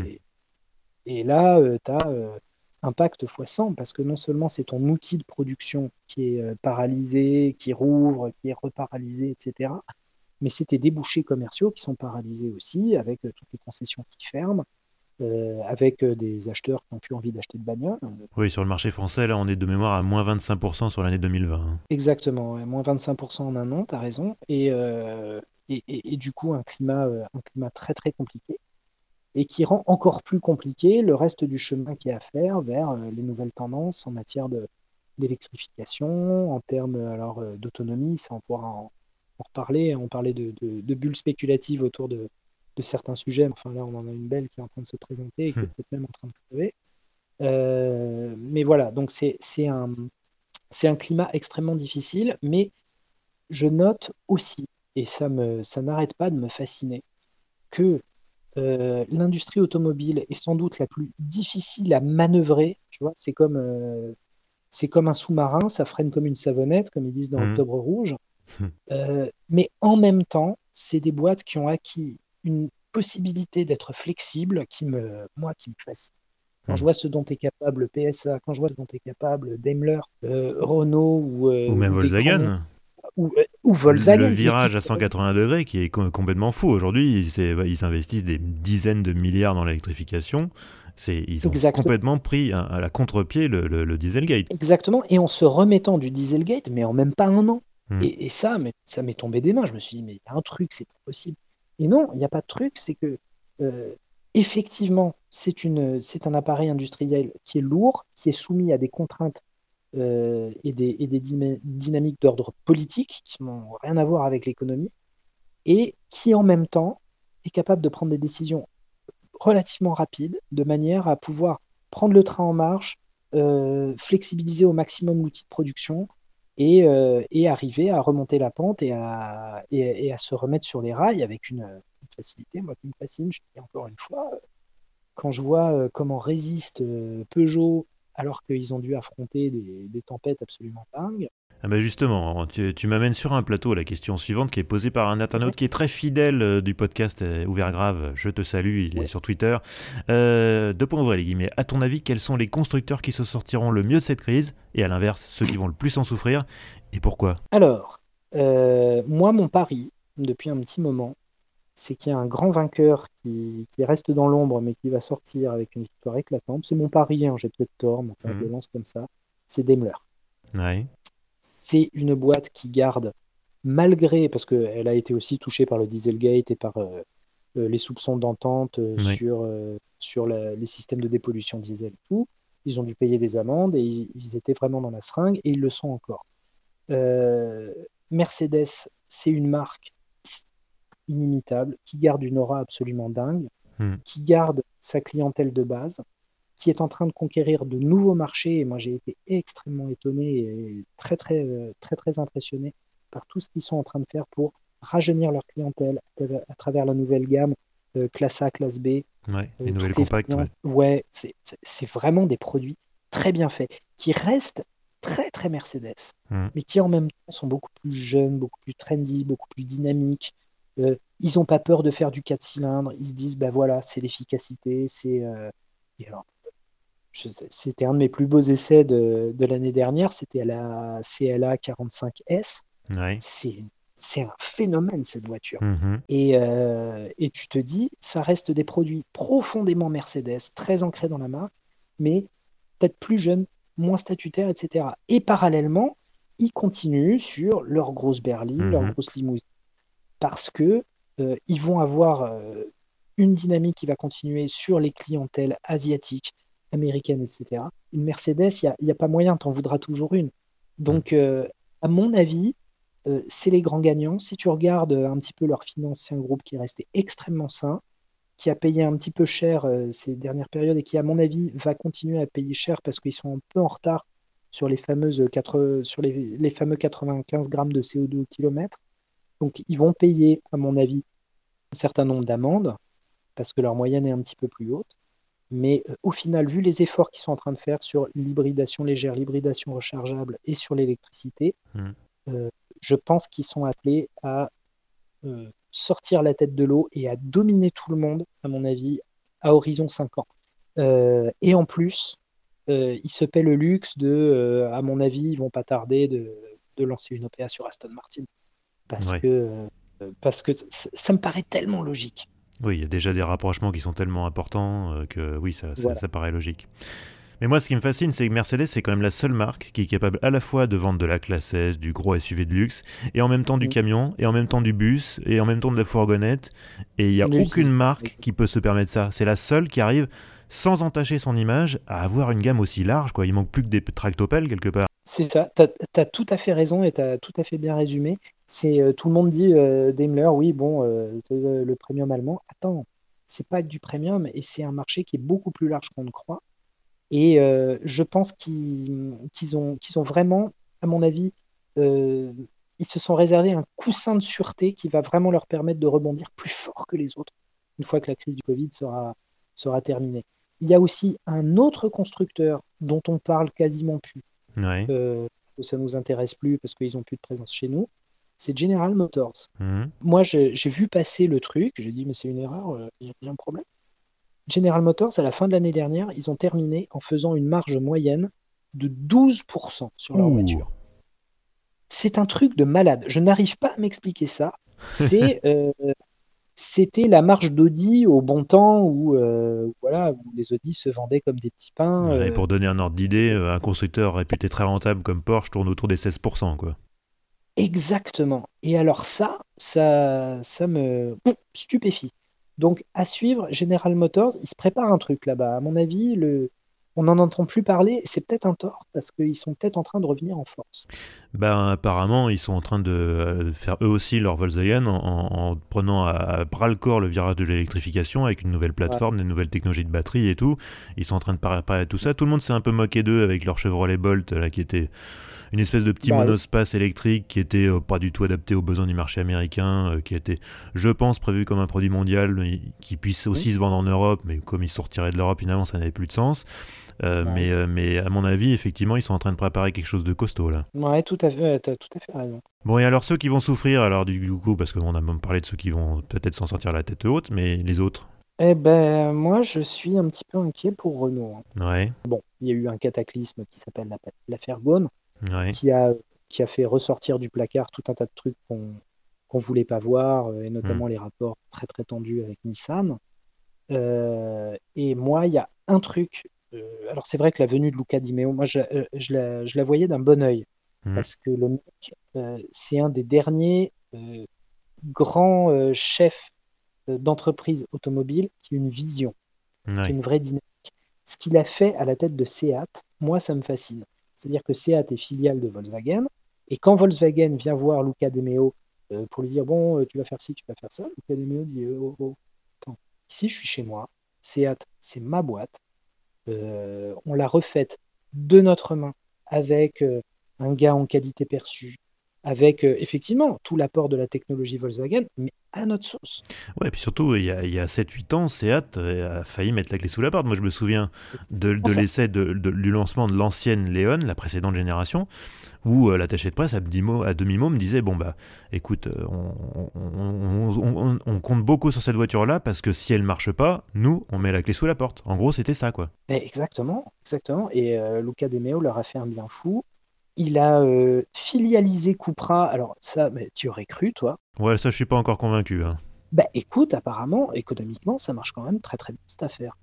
Et là, tu as impact fois 100, parce que non seulement c'est ton outil de production qui est paralysé, qui rouvre, qui est reparalysé, etc., mais c'est tes débouchés commerciaux qui sont paralysés aussi, avec toutes les concessions qui ferment, avec des acheteurs qui n'ont plus envie d'acheter de bagnole. Oui, sur le marché français, là, on est de mémoire à moins 25% sur l'année 2020. Exactement, ouais, moins 25% en un an, tu as raison. Et du coup, un climat très très compliqué, et qui rend encore plus compliqué le reste du chemin qu'il y a à faire vers les nouvelles tendances en matière d'électrification, en termes d'autonomie. Ça, on pourra en reparler. On parlait de bulles spéculatives autour de certains sujets. Enfin là, on en a une belle qui est en train de se présenter et qui est peut-être même en train de crever. Mais voilà, donc c'est un climat extrêmement difficile, mais je note aussi, et ça n'arrête pas de me fasciner, que l'industrie automobile est sans doute la plus difficile à manœuvrer. Tu vois, c'est comme un sous-marin, ça freine comme une savonnette, comme ils disent dans Octobre Rouge. Mais en même temps, c'est des boîtes qui ont acquis une possibilité d'être flexibles moi, qui me fascine. Quand je vois ce dont est capable PSA, quand je vois ce dont est capable Daimler, Renault Ou même ou Decathlon, Volkswagen. ou Volkswagen. Le virage à 180 degrés qui est complètement fou. Aujourd'hui, ils investissent des dizaines de milliards dans l'électrification. Ils ont complètement pris à la contre-pied le Dieselgate. Exactement, et en se remettant du Dieselgate, mais en même pas un an. Et ça m'est tombé des mains. Je me suis dit, mais il y a un truc, c'est pas possible. Et non, il n'y a pas de truc, c'est que effectivement, c'est un appareil industriel qui est lourd, qui est soumis à des contraintes et des dynamiques d'ordre politique qui n'ont rien à voir avec l'économie, et qui en même temps est capable de prendre des décisions relativement rapides, de manière à pouvoir prendre le train en marche, flexibiliser au maximum l'outil de production, et arriver à remonter la pente et à se remettre sur les rails avec une facilité, moi, qui me fascine. Je te dis encore une fois, quand je vois comment résiste Peugeot alors qu'ils ont dû affronter des tempêtes absolument dingues. Ah bah justement, tu m'amènes sur un plateau la question suivante qui est posée par un internaute qui est très fidèle du podcast Ouvert Grave. Je te salue, il est sur Twitter. Deux points ouvrés les guillemets. À ton avis, quels sont les constructeurs qui se sortiront le mieux de cette crise et à l'inverse, ceux qui vont le plus en souffrir et pourquoi? Alors, moi, mon pari, depuis un petit moment, c'est qu'il y a un grand vainqueur qui reste dans l'ombre, mais qui va sortir avec une victoire éclatante. C'est mon pari, hein, j'ai peut-être tort, mais enfin, je le lance comme ça. C'est Daimler. Ouais. C'est une boîte qui garde, malgré, parce qu'elle a été aussi touchée par le Dieselgate et par les soupçons d'entente sur les systèmes de dépollution diesel et tout. Ils ont dû payer des amendes et ils étaient vraiment dans la seringue et ils le sont encore. Mercedes, c'est une marque inimitable, qui garde une aura absolument dingue, qui garde sa clientèle de base, qui est en train de conquérir de nouveaux marchés. Et moi, j'ai été extrêmement étonné et très, très, très, très impressionné par tout ce qu'ils sont en train de faire pour rajeunir leur clientèle à travers la nouvelle gamme classe A, classe B. Ouais, les nouvelles compactes. Ouais, c'est vraiment des produits très bien faits, qui restent très, très Mercedes, mais qui en même temps sont beaucoup plus jeunes, beaucoup plus trendy, beaucoup plus dynamiques. Ils n'ont pas peur de faire du 4 cylindres. Ils se disent, ben voilà, c'est l'efficacité. Et alors, c'était un de mes plus beaux essais de l'année dernière. C'était à la CLA 45S. Ouais. C'est un phénomène, cette voiture. Et tu te dis, ça reste des produits profondément Mercedes, très ancrés dans la marque, mais peut-être plus jeunes, moins statutaires, etc. Et parallèlement, ils continuent sur leur grosse berline, leur grosse limousine, parce que ils vont avoir une dynamique qui va continuer sur les clientèles asiatiques, américaines, etc. Une Mercedes, il n'y a pas moyen, t'en voudras toujours une. Donc, à mon avis, c'est les grands gagnants. Si tu regardes un petit peu leur finance, c'est un groupe qui est resté extrêmement sain, qui a payé un petit peu cher ces dernières périodes et qui, à mon avis, va continuer à payer cher parce qu'ils sont un peu en retard sur les fameux 95 grammes de CO2 au kilomètre. Donc, ils vont payer, à mon avis, un certain nombre d'amendes parce que leur moyenne est un petit peu plus haute. Mais au final, vu les efforts qu'ils sont en train de faire sur l'hybridation légère, l'hybridation rechargeable et sur l'électricité, je pense qu'ils sont appelés à sortir la tête de l'eau et à dominer tout le monde, à mon avis, à horizon 5 ans. Et en plus, ils se paient le luxe à mon avis, ils vont pas tarder de lancer une OPA sur Aston Martin. Parce que ça me paraît tellement logique. Oui, il y a déjà des rapprochements qui sont tellement importants que oui, ça paraît logique. Mais moi, ce qui me fascine, c'est que Mercedes, c'est quand même la seule marque qui est capable à la fois de vendre de la classe S, du gros SUV de luxe, et en même temps du camion, et en même temps du bus, et en même temps de la fourgonnette. Et il n'y a aucune marque qui peut se permettre ça. C'est la seule qui arrive, sans entacher son image, à avoir une gamme aussi large, quoi. Il manque plus que des tractopelles quelque part. C'est ça, tu as tout à fait raison et tu as tout à fait bien résumé. Tout le monde dit Daimler, oui, bon, c'est le premium allemand. Attends, c'est pas du premium et c'est un marché qui est beaucoup plus large qu'on ne croit. Et je pense qu'ils ont vraiment, à mon avis, ils se sont réservés un coussin de sûreté qui va vraiment leur permettre de rebondir plus fort que les autres une fois que la crise du Covid sera terminée. Il y a aussi un autre constructeur dont on parle quasiment plus. Ça nous intéresse plus parce qu'ils n'ont plus de présence chez nous, c'est General Motors. Moi, j'ai vu passer le truc, j'ai dit, mais c'est une erreur, il y a un problème. General Motors, à la fin de l'année dernière, ils ont terminé en faisant une marge moyenne de 12% sur leur voiture. C'est un truc de malade. Je n'arrive pas à m'expliquer ça. C'était la marge d'Audi au bon temps où les Audi se vendaient comme des petits pains. Et pour donner un ordre d'idée, un constructeur réputé très rentable comme Porsche tourne autour des 16%, quoi. Exactement. Et alors ça me stupéfie. Donc à suivre, General Motors, il se prépare un truc là-bas. À mon avis, on n'en entend plus parler. C'est peut-être un tort parce qu'ils sont peut-être en train de revenir en force. Ben, apparemment, ils sont en train de faire eux aussi leur Volkswagen en prenant à bras-le-corps le virage de l'électrification avec une nouvelle plateforme, des nouvelles technologies de batterie et tout. Ils sont en train de préparer tout ça. Tout le monde s'est un peu moqué d'eux avec leur Chevrolet Bolt là, qui était une espèce de petit monospace électrique qui était pas du tout adapté aux besoins du marché américain, qui était, je pense, prévu comme un produit mondial qui puisse aussi se vendre en Europe, mais comme ils sortiraient de l'Europe, finalement, ça n'avait plus de sens. Mais à mon avis, effectivement, ils sont en train de préparer quelque chose de costaud là. Ouais, tout à fait, t'as tout à fait raison. Bon, et alors ceux qui vont souffrir, alors du coup, parce qu'on a même parlé de ceux qui vont peut-être s'en sortir la tête haute, mais les autres? Eh ben, moi, je suis un petit peu inquiet pour Renault, hein. Ouais, Bon, il y a eu un cataclysme qui s'appelle l'affaire Ghosn, ouais. qui a fait ressortir du placard tout un tas de trucs qu'on voulait pas voir, et Hmm. notamment les rapports très très tendus avec Nissan. Et moi, il y a un truc. Alors, c'est vrai que la venue de Luca Di Meo, moi, je la voyais d'un bon œil. Hmm. Parce que le mec, c'est un des derniers grands chefs d'entreprise automobile qui a une vision, qui a Ouais. une vraie dynamique. Ce qu'il a fait à la tête de Seat, moi, ça me fascine. C'est-à-dire que Seat est filiale de Volkswagen. Et quand Volkswagen vient voir Luca De Meo pour lui dire, bon, tu vas faire ci, tu vas faire ça, Luca De Meo dit, oh, oh, attends, ici, je suis chez moi. Seat, c'est ma boîte. On l'a refaite de notre main avec un gain en qualité perçue, avec effectivement tout l'apport de la technologie Volkswagen, mais à notre sauce. Ouais, et puis surtout, il y a 7-8 ans, Seat a failli mettre la clé sous la porte. Moi, je me souviens C'est de pour ça. l'essai du lancement de l'ancienne Léon, la précédente génération, où l'attaché de presse à demi-mot me disait, bon bah écoute, on compte beaucoup sur cette voiture-là parce que si elle marche pas, nous, on met la clé sous la porte. En gros, c'était ça, quoi. Mais exactement, exactement. Et Luca De Meo leur a fait un bien fou. Il a filialisé Cupra. Alors ça, mais tu aurais cru, toi. Ouais, ça, je suis pas encore convaincu, hein. Bah écoute, apparemment, économiquement, ça marche quand même très très bien cette affaire.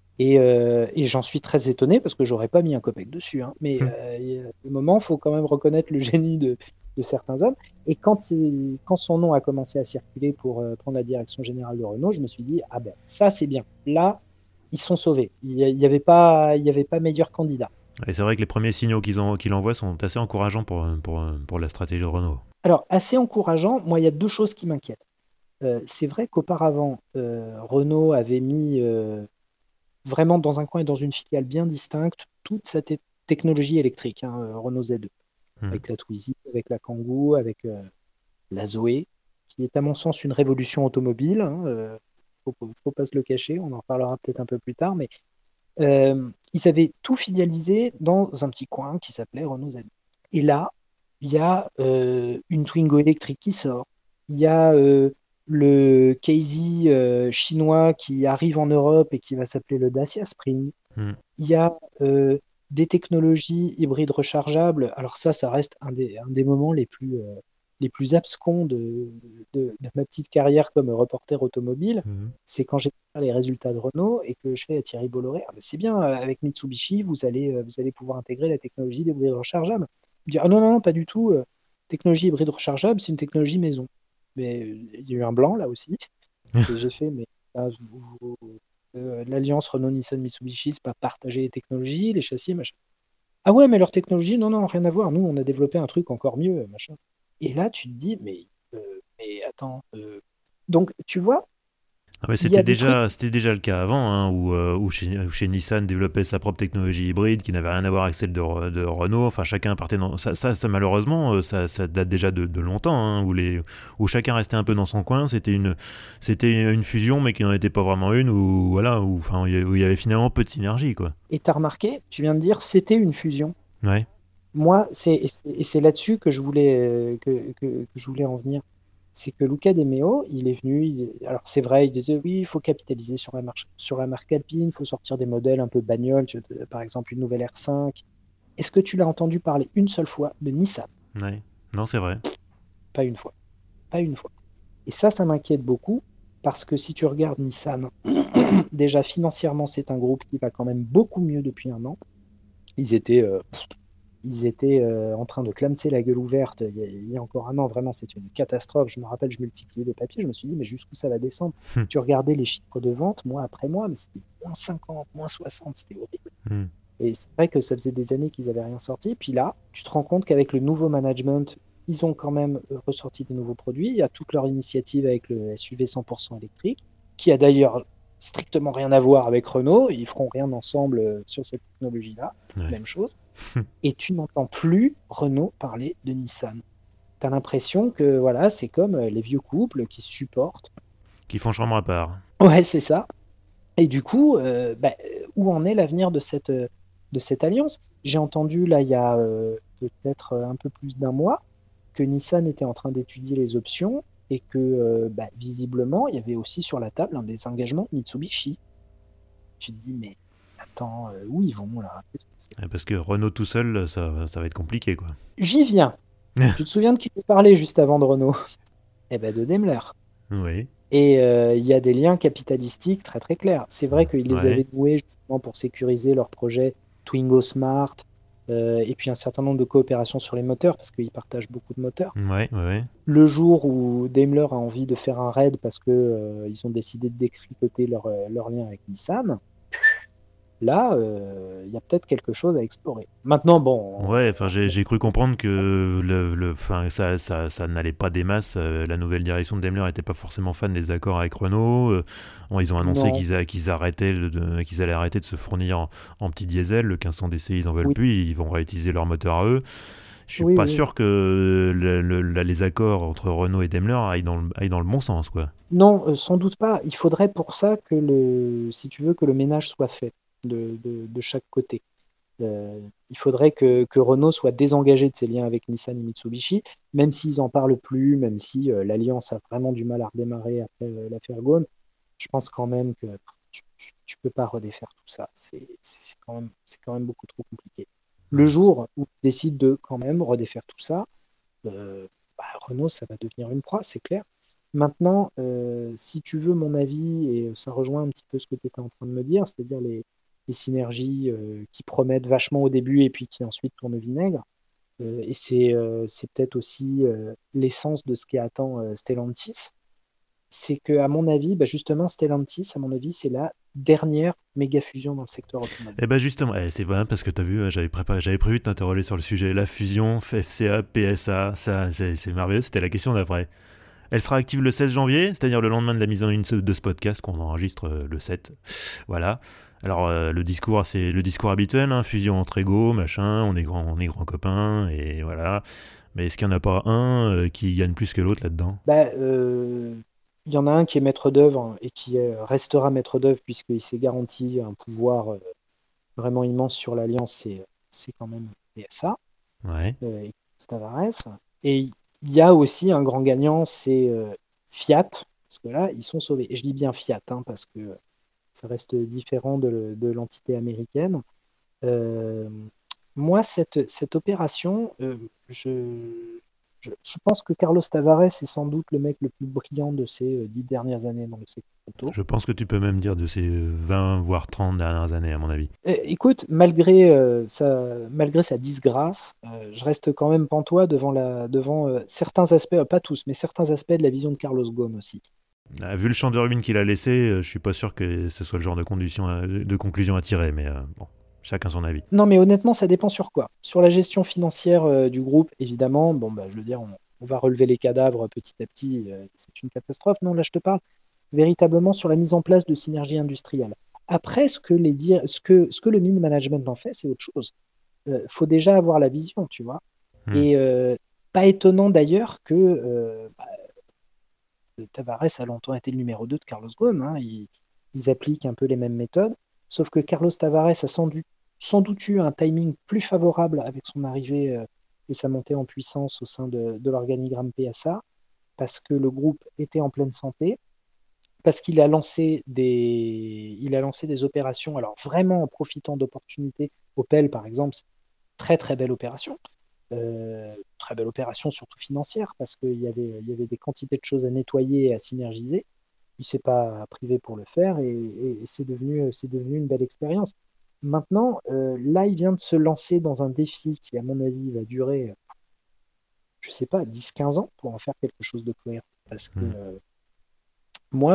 Et j'en suis très étonné parce que j'aurais pas mis un copec dessus, hein. Mais il y a des moments, il faut quand même reconnaître le génie de certains hommes. Et quand son nom a commencé à circuler pour prendre la direction générale de Renault, je me suis dit, ah ben ça c'est bien. Là, ils sont sauvés. Il y avait pas meilleur candidat. Et c'est vrai que les premiers signaux qu'il envoie sont assez encourageants pour la stratégie de Renault. Alors, assez encourageant, moi, il y a deux choses qui m'inquiètent. C'est vrai qu'auparavant, Renault avait mis vraiment dans un coin et dans une filiale bien distincte toute sa technologie électrique, hein, Renault Z2, Hmm. avec la Twizy, avec la Kangoo, avec la Zoé, qui est à mon sens une révolution automobile, hein, faut pas se le cacher, on en reparlera peut-être un peu plus tard, mais ils avaient tout filialisé dans un petit coin qui s'appelait Renault Z2. Et là, il y a une Twingo électrique qui sort, il y a le Casey chinois qui arrive en Europe et qui va s'appeler le Dacia Spring. Hmm. Il y a des technologies hybrides rechargeables. Alors ça reste un des moments les plus abscons de ma petite carrière comme reporter automobile. Hmm. C'est quand j'ai les résultats de Renault et que je fais à Thierry Bolloré, ah ben c'est bien, avec Mitsubishi, vous allez pouvoir intégrer la technologie d'hybride rechargeable. Il me dit, ah non, non, non, pas du tout. Technologie hybride rechargeable, c'est une technologie maison. Mais il y a eu un blanc là aussi. Et j'ai fait, mais l'alliance Renault-Nissan-Mitsubishi, c'est pas partager les technologies, les châssis, machin. Ah ouais, mais leur technologie, non, non, rien à voir. Nous, on a développé un truc encore mieux, machin. Et là, tu te dis, mais attends. Donc, tu vois, Ah, mais il y a des trucs. c'était déjà le cas avant, hein, où chez Nissan développait sa propre technologie hybride qui n'avait rien à voir avec celle de Renault. Enfin, chacun partait dans. Ça, malheureusement, ça date déjà de longtemps, hein, où chacun restait un peu dans son coin. C'était une fusion, mais qui n'en était pas vraiment une, voilà, enfin, où il y avait finalement peu de synergie, quoi. Et t'as remarqué, tu viens de dire, c'était une fusion. Ouais. Moi, et c'est là-dessus que je voulais, que je voulais en venir. C'est que Luca De Meo, il est venu, alors c'est vrai, il disait oui, il faut capitaliser sur la marque Alpine, il faut sortir des modèles un peu bagnole, par exemple une nouvelle R5. Est-ce que tu l'as entendu parler une seule fois de Nissan? Ouais. Non, c'est vrai. Pas une fois. Pas une fois. Et ça m'inquiète beaucoup parce que si tu regardes Nissan, déjà financièrement, c'est un groupe qui va quand même beaucoup mieux depuis un an. Ils étaient, en train de clamser la gueule ouverte il y a encore un an. Vraiment, c'est une catastrophe. Je me rappelle, je multipliais les papiers. Je me suis dit, mais jusqu'où ça va descendre? Hmm. Tu regardais les chiffres de vente mois après mois, mais c'était moins 50, moins 60. C'était horrible. Hmm. Et c'est vrai que ça faisait des années qu'ils n'avaient rien sorti. Puis là, tu te rends compte qu'avec le nouveau management, ils ont quand même ressorti des nouveaux produits. Il y a toute leur initiative avec le SUV 100% électrique, qui a d'ailleurs strictement rien à voir avec Renault. Ils feront rien ensemble sur cette technologie-là. Ouais. Même chose. Et tu n'entends plus Renault parler de Nissan. Tu as l'impression que voilà, c'est comme les vieux couples qui se supportent. Qui font chambre à part. Ouais, c'est ça. Et du coup, où en est l'avenir de cette alliance. J'ai entendu, là, il y a peut-être un peu plus d'un mois, que Nissan était en train d'étudier les options et que, visiblement, il y avait aussi sur la table un désengagement de Mitsubishi. Tu te dis, mais attends, où ils vont là? Qu'est-ce que c'est? Parce que Renault tout seul, ça va être compliqué, quoi. J'y viens. Tu te souviens de qui tu parlais juste avant de Renault? Eh ben de Daimler. Oui. Et il y a des liens capitalistiques très très clairs. C'est vrai qu'ils les Ouais. avaient noués justement pour sécuriser leur projet Twingo Smart et puis un certain nombre de coopérations sur les moteurs parce qu'ils partagent beaucoup de moteurs. Ouais, ouais. Le jour où Daimler a envie de faire un raid parce que ils ont décidé de détricoter leur lien avec Nissan, là, il y a peut-être quelque chose à explorer. Maintenant, bon, Ouais, enfin, j'ai cru comprendre que enfin, ça n'allait pas des masses. La nouvelle direction de Daimler n'était pas forcément fan des accords avec Renault. Bon, ils ont annoncé non, qu'ils qu'ils allaient arrêter de se fournir en petit diesel. Le 1500 DC, ils en veulent oui, plus. Ils vont réutiliser leur moteur à eux. Je suis oui, pas oui. sûr que les accords entre Renault et Daimler aillent dans le bon sens, quoi. Non, sans doute pas. Il faudrait pour ça que si tu veux, que le ménage soit fait de chaque côté. Il faudrait que Renault soit désengagé de ses liens avec Nissan et Mitsubishi, même s'ils n'en parlent plus, même si l'alliance a vraiment du mal à redémarrer après l'affaire Ghosn. Je pense quand même que tu peux pas redéfaire tout ça. C'est quand même beaucoup trop compliqué. Le Hmm. jour où tu décides de quand même redéfaire tout ça, Renault, ça va devenir une proie, c'est clair. Maintenant, si tu veux mon avis, et ça rejoint un petit peu ce que tu étais en train de me dire, c'est-à-dire les synergies qui promettent vachement au début et puis qui ensuite tournent au vinaigre. Et c'est peut-être aussi l'essence de ce qui attend Stellantis. C'est que, à mon avis, justement, Stellantis, à mon avis, c'est la dernière méga fusion dans le secteur automobile. Eh ben justement, c'est vrai parce que t'as vu, j'avais prévu de t'interroger sur le sujet. La fusion, FCA, PSA, ça, c'est merveilleux. C'était la question d'après. Elle sera active le 16 janvier, c'est-à-dire le lendemain de la mise en ligne de ce podcast qu'on enregistre le 7. Voilà. Alors le discours, c'est le discours habituel, hein, fusion entre égaux, machin, on est grands copains, et voilà. Mais est-ce qu'il n'y en a pas un qui gagne plus que l'autre là-dedans? Il y en a un qui est maître d'œuvre et qui restera maître d'œuvre puisqu'il s'est garanti un pouvoir vraiment immense sur l'Alliance, c'est quand même PSA Ouais. et Tavares. Et il y a aussi un grand gagnant, c'est Fiat, parce que là, ils sont sauvés. Et je dis bien Fiat, hein, parce que ça reste différent de l'entité américaine. Euh, Moi, cette opération, je pense que Carlos Tavares est sans doute le mec le plus brillant de ces 10 dernières années dans le secteur auto. Je pense que tu peux même dire de ces 20 voire 30 dernières années, à mon avis. Écoute, malgré sa disgrâce, je reste quand même pantois devant certains aspects, pas tous, mais certains aspects de la vision de Carlos Ghosn aussi. Vu le champ de ruines qu'il a laissé, je suis pas sûr que ce soit le genre de conclusion à tirer, mais bon, chacun son avis. Non, mais honnêtement, ça dépend sur quoi. Sur la gestion financière du groupe, évidemment, bon, je veux dire, on va relever les cadavres petit à petit, c'est une catastrophe. Non, là, je te parle véritablement sur la mise en place de synergies industrielles. Après, ce que le mid management en fait, c'est autre chose. Faut déjà avoir la vision, tu vois. Hmm. Et pas étonnant d'ailleurs que Tavares a longtemps été le numéro 2 de Carlos Ghosn, hein. Ils appliquent un peu les mêmes méthodes, sauf que Carlos Tavares a sans doute eu un timing plus favorable avec son arrivée et sa montée en puissance au sein de l'organigramme PSA, parce que le groupe était en pleine santé, parce il a lancé des opérations, alors vraiment en profitant d'opportunités. Opel, par exemple, très très belle opération. Très belle opération, surtout financière, parce qu'il y avait des quantités de choses à nettoyer et à synergiser. Il ne s'est pas privé pour le faire et c'est devenu une belle expérience. Maintenant, là, il vient de se lancer dans un défi qui, à mon avis, va durer, je ne sais pas, 10-15 ans pour en faire quelque chose de cohérent. Parce que Hmm. moi,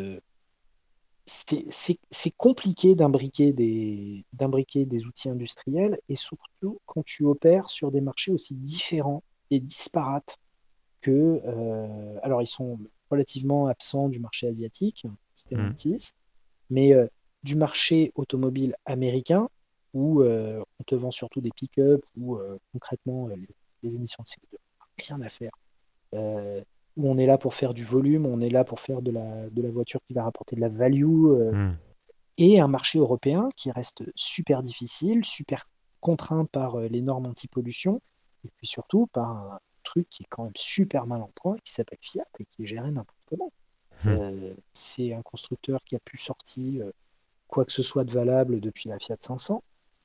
c'est compliqué d'imbriquer des outils industriels et surtout quand tu opères sur des marchés aussi différents et disparates que. Alors, ils sont relativement absents du marché asiatique, Hmm. Stellantis, mais du marché automobile américain où on te vend surtout des pick-up où concrètement les émissions de CO2, rien à faire. Euh, Où on est là pour faire du volume, on est là pour faire de la voiture qui va rapporter de la value. Hmm. et un marché européen qui reste super difficile, super contraint par les normes anti-pollution, et puis surtout par un truc qui est quand même super mal en point, qui s'appelle Fiat et qui est géré n'importe comment. C'est un constructeur qui a pu sortir quoi que ce soit de valable depuis la Fiat 500.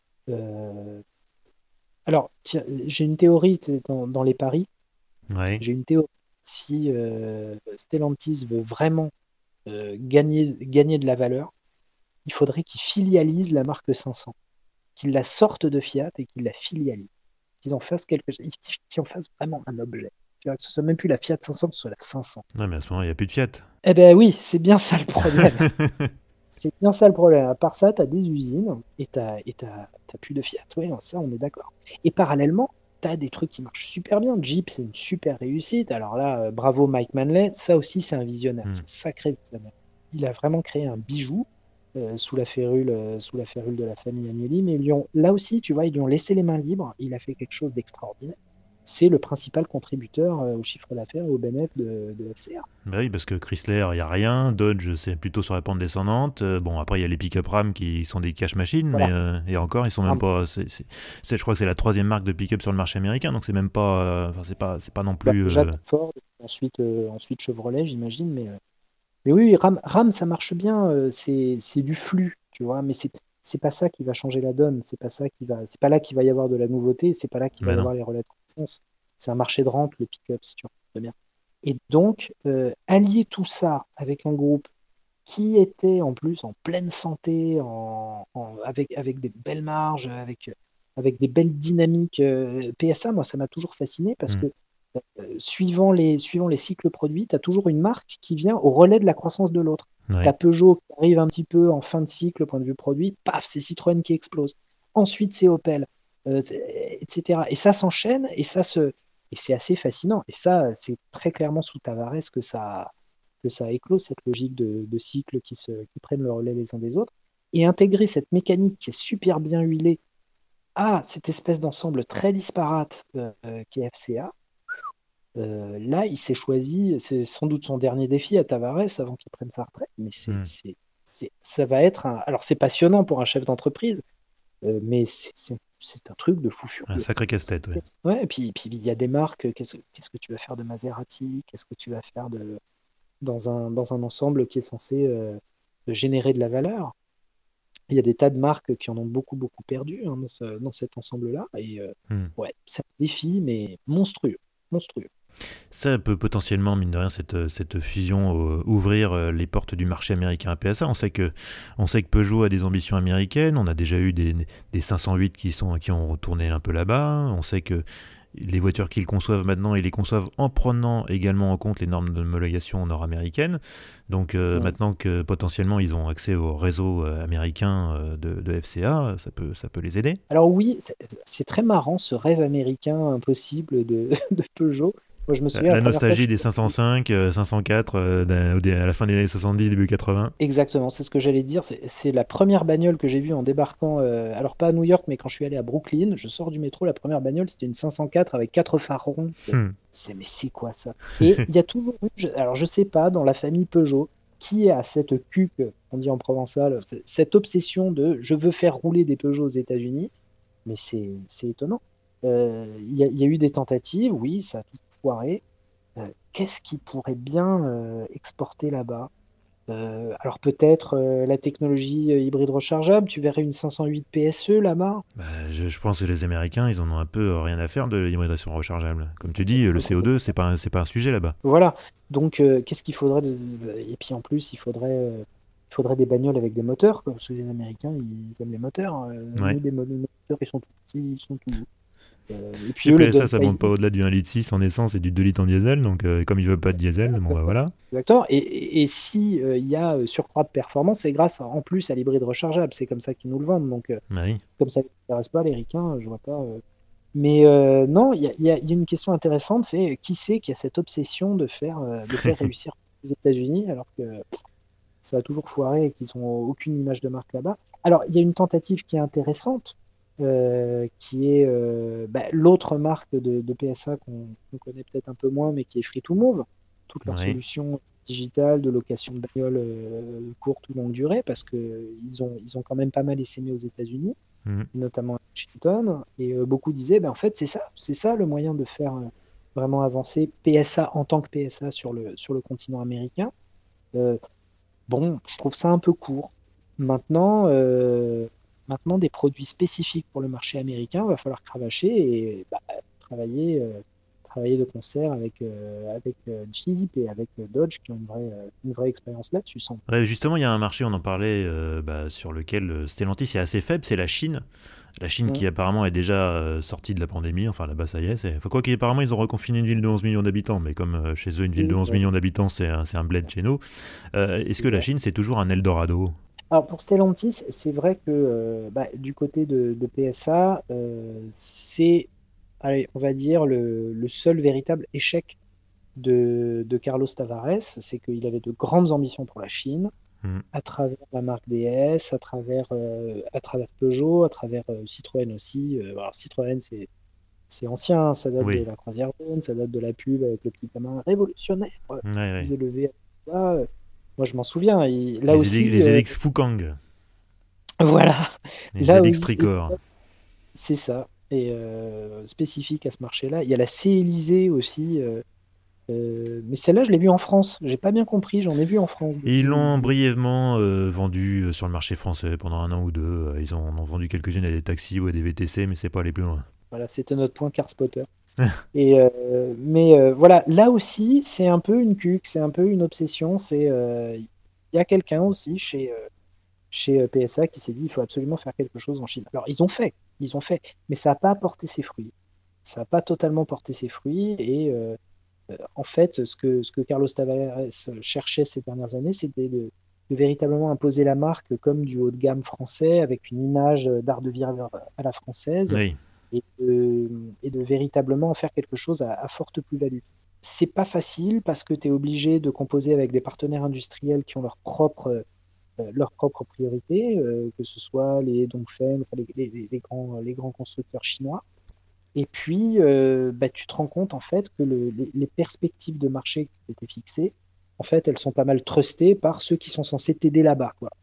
Alors, tiens, j'ai une théorie dans les paris. Ouais. J'ai une théorie. Si Stellantis veut vraiment gagner de la valeur, il faudrait qu'il filialise la marque 500, qu'il la sorte de Fiat et qu'il la filialise, qu'ils en fassent quelque chose, qu'ils en fassent vraiment un objet. Tu vois, que ce soit même plus la Fiat 500, que ce soit la 500. Ouais, mais à ce moment, il n'y a plus de Fiat. Eh ben oui, c'est bien ça le problème. C'est bien ça le problème. À part ça, tu as des usines et t'as plus de Fiat. Oui, ça, on est d'accord. Et parallèlement, tu as des trucs qui marchent super bien. Jeep, c'est une super réussite. Alors là, bravo Mike Manley. Ça aussi, c'est un visionnaire. C'est un sacré visionnaire. Il a vraiment créé un bijou sous la férule de la famille Agnelli. Mais là aussi, tu vois, ils lui ont laissé les mains libres. Il a fait quelque chose d'extraordinaire. C'est le principal contributeur au chiffre d'affaires et au bénéfice de FCA. Bah oui, parce que Chrysler, il n'y a rien. Dodge, c'est plutôt sur la pente descendante. Bon, après, il y a les pick-up Ram qui sont des cash machines, Voilà. mais et encore, ils sont même pas. Je crois que c'est la troisième marque de pick-up sur le marché américain, donc c'est même pas. Enfin, c'est pas non plus. Déjà Ford, ensuite Chevrolet, j'imagine. Mais oui, RAM, ça marche bien. C'est du flux, tu vois. Mais c'est pas ça qui va changer la donne. C'est pas là qu'il va y avoir de la nouveauté. C'est pas là qu'il va Bah y non. avoir les relais de croissance. C'est un marché de rente, le pick-up, si tu regardes bien. Et donc, allier tout ça avec un groupe qui était en plus en pleine santé, avec des belles marges, avec des belles dynamiques. PSA, moi, ça m'a toujours fasciné parce que suivant les cycles produits, tu as toujours une marque qui vient au relais de la croissance de l'autre. Ouais. Tu as Peugeot qui arrive un petit peu en fin de cycle au point de vue produit, paf, c'est Citroën qui explose. Ensuite, c'est Opel, etc. Et ça s'enchaîne et c'est assez fascinant. Et ça, c'est très clairement sous Tavares que ça a éclos, cette logique de cycles qui prennent le relais les uns des autres. Et intégrer cette mécanique qui est super bien huilée à cette espèce d'ensemble très disparate qui est FCA, là, il s'est choisi, c'est sans doute son dernier défi à Tavares avant qu'il prenne sa retraite, mais ça va être alors c'est passionnant pour un chef d'entreprise, mais c'est un truc de fou Un furieux. sacré casse-tête, ouais. Ouais, et puis il y a des marques, qu'est-ce que tu vas faire de Maserati, qu'est-ce que tu vas faire dans un ensemble qui est censé générer de la valeur. Il y a des tas de marques qui en ont beaucoup, beaucoup perdu dans cet ensemble-là, et ouais, c'est un défi, mais monstrueux, monstrueux. Ça peut potentiellement, mine de rien, cette fusion ouvrir les portes du marché américain à PSA. On sait que Peugeot a des ambitions américaines. On a déjà eu des 508 qui ont retourné un peu là-bas. On sait que les voitures qu'ils conçoivent maintenant, ils les conçoivent en prenant également en compte les normes d'homologation nord-américaines. Donc maintenant que potentiellement ils ont accès au réseau américain de FCA, ça peut les aider. Alors oui, c'est très marrant ce rêve américain impossible de Peugeot. Moi, je me souviens La nostalgie des 505, 504 à la fin des années 70, début 80. Exactement, c'est ce que j'allais dire. C'est la première bagnole que j'ai vue en débarquant, alors pas à New York, mais quand je suis allé à Brooklyn. Je sors du métro, la première bagnole, c'était une 504 avec 4 phares ronds. Mais c'est quoi ça? Et il y a toujours eu, alors je sais pas, dans la famille Peugeot, qui a cette on dit en provençal, cette obsession de je veux faire rouler des Peugeot aux États-Unis, mais c'est étonnant. Il y a eu des tentatives, oui, ça a tout foiré. Qu'est-ce qui pourrait bien exporter là-bas? Alors peut-être la technologie hybride rechargeable, tu verrais une 508 PSE là-bas. Bah, je pense que les Américains, ils en ont un peu rien à faire de l'hybridation rechargeable. Comme tu dis, le CO2, c'est pas un sujet là-bas. Voilà. Donc qu'est-ce qu'il faudrait Et puis en plus, il faudrait des bagnoles avec des moteurs, quoi, parce que les Américains, ils aiment les moteurs. Ouais. Nous, les moteurs, ils sont tout petits, ils sont tout. Et puis Chez eux, le PSA, ça monte downsizing, pas au-delà du 1,6 litre en essence et du 2 litres en diesel. Donc comme ils veulent pas de diesel, bon bah voilà. exactement. Et si il y a surcroît de performance, c'est grâce en plus à l'hybride rechargeable. C'est comme ça qu'ils nous le vendent. Donc Oui. comme ça ne les intéresse pas, les ricains, je vois pas. Mais non, il y a une question intéressante, c'est qui a cette obsession de faire réussir les États-Unis alors que ça a toujours foiré et qu'ils n'ont aucune image de marque là-bas. Alors, il y a une tentative qui est intéressante, qui est l'autre marque de PSA qu'on connaît peut-être un peu moins, mais qui est Free2Move. Toute leur Oui. solution digital, de location de bagnoles courte ou longue durée, parce qu'ils ont quand même pas mal essaimé aux États-Unis, notamment à Washington. Et beaucoup disaient, en fait, c'est ça le moyen de faire vraiment avancer PSA en tant que PSA sur le continent américain. Bon, je trouve ça un peu court. Maintenant, des produits spécifiques pour le marché américain, il va falloir cravacher et travailler de concert avec Jeep et avec Dodge qui ont une vraie expérience là-dessus. Ouais, justement, il y a un marché, on en parlait, sur lequel Stellantis est assez faible, c'est la Chine. La Chine qui apparemment est déjà sortie de la pandémie, enfin là-bas ça y est. Quoi qu'apparemment ils ont reconfiné une ville de 11 millions d'habitants, mais comme chez eux une ville de 11 millions d'habitants c'est un bled chez nous. Est-ce que la Chine c'est toujours un Eldorado ? Alors pour Stellantis, c'est vrai que du côté de PSA, c'est, allez, on va dire, le seul véritable échec de Carlos Tavares, c'est qu'il avait de grandes ambitions pour la Chine, à travers la marque DS, à travers Peugeot, à travers Citroën aussi. Alors Citroën, c'est ancien, ça date de la croisière jaune, ça date de la pub avec le petit gamin révolutionnaire, plus élevé à là. Moi, je m'en souviens. Là aussi, les LX Fukang. Voilà. Les là LX aussi, Tricor. C'est ça. Et spécifique à ce marché-là. Il y a la C-Élysée aussi. Mais celle-là, je l'ai vue en France. J'ai pas bien compris. J'en ai vu en France. Ils l'ont brièvement vendu sur le marché français pendant 1 an ou 2. Ils en ont vendu quelques-unes à des taxis ou à des VTC, mais c'est pas aller plus loin. Voilà, c'était notre point car spotter. Mais voilà, là aussi, c'est un peu une cuque, c'est un peu une obsession. Il y a quelqu'un aussi chez PSA qui s'est dit il faut absolument faire quelque chose en Chine. Alors ils ont fait, mais ça n'a pas porté ses fruits. Ça n'a pas totalement porté ses fruits. Et en fait, ce que Carlos Tavares cherchait ces dernières années, c'était de véritablement imposer la marque comme du haut de gamme français, avec une image d'art de vivre à la française. Oui. Et de véritablement en faire quelque chose à forte plus-value. C'est pas facile parce que tu es obligé de composer avec des partenaires industriels qui ont leurs propres priorités, que ce soit les Dongfeng, les grands constructeurs chinois. Et puis, tu te rends compte en fait que les perspectives de marché qui étaient fixées, en fait, elles sont pas mal trustées par ceux qui sont censés t'aider là-bas, quoi.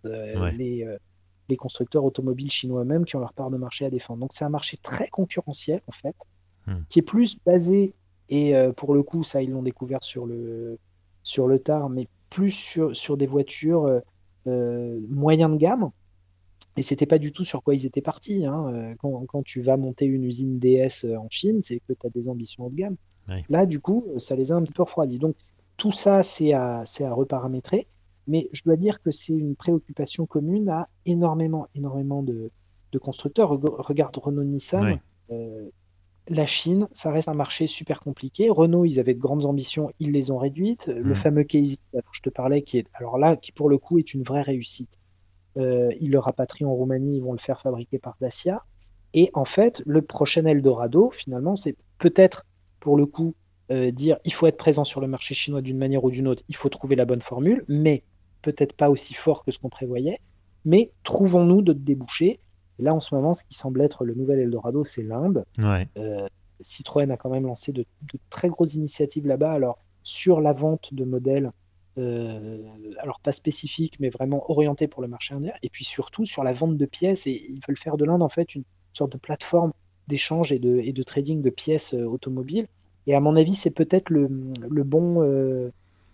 Les constructeurs automobiles chinois eux-mêmes qui ont leur part de marché à défendre. Donc c'est un marché très concurrentiel en fait, qui est plus basé, et pour le coup ça ils l'ont découvert sur le tard, mais plus sur des voitures moyen de gamme. Et c'était pas du tout sur quoi ils étaient partis. Quand tu vas monter une usine DS en Chine, c'est que tu as des ambitions haut de gamme. Oui. Là du coup ça les a un petit peu refroidis. Donc tout ça c'est à reparamétrer. Mais je dois dire que c'est une préoccupation commune à énormément de constructeurs. Regarde Renault-Nissan. Oui. La Chine, ça reste un marché super compliqué. Renault, ils avaient de grandes ambitions, ils les ont réduites. Le fameux Casey dont je te parlais, qui pour le coup est une vraie réussite. Ils le rapatrient en Roumanie, ils vont le faire fabriquer par Dacia. Et en fait, le prochain Eldorado, finalement, c'est peut-être pour le coup dire il faut être présent sur le marché chinois d'une manière ou d'une autre, il faut trouver la bonne formule, mais peut-être pas aussi fort que ce qu'on prévoyait, mais trouvons-nous d'autres débouchés. Et là, en ce moment, ce qui semble être le nouvel Eldorado, c'est l'Inde. Ouais. Citroën a quand même lancé de très grosses initiatives là-bas, alors sur la vente de modèles, alors pas spécifiques, mais vraiment orientés pour le marché indien, et puis surtout sur la vente de pièces, et ils veulent faire de l'Inde en fait une sorte de plateforme d'échange et de trading de pièces automobiles. Et à mon avis, c'est peut-être le bon...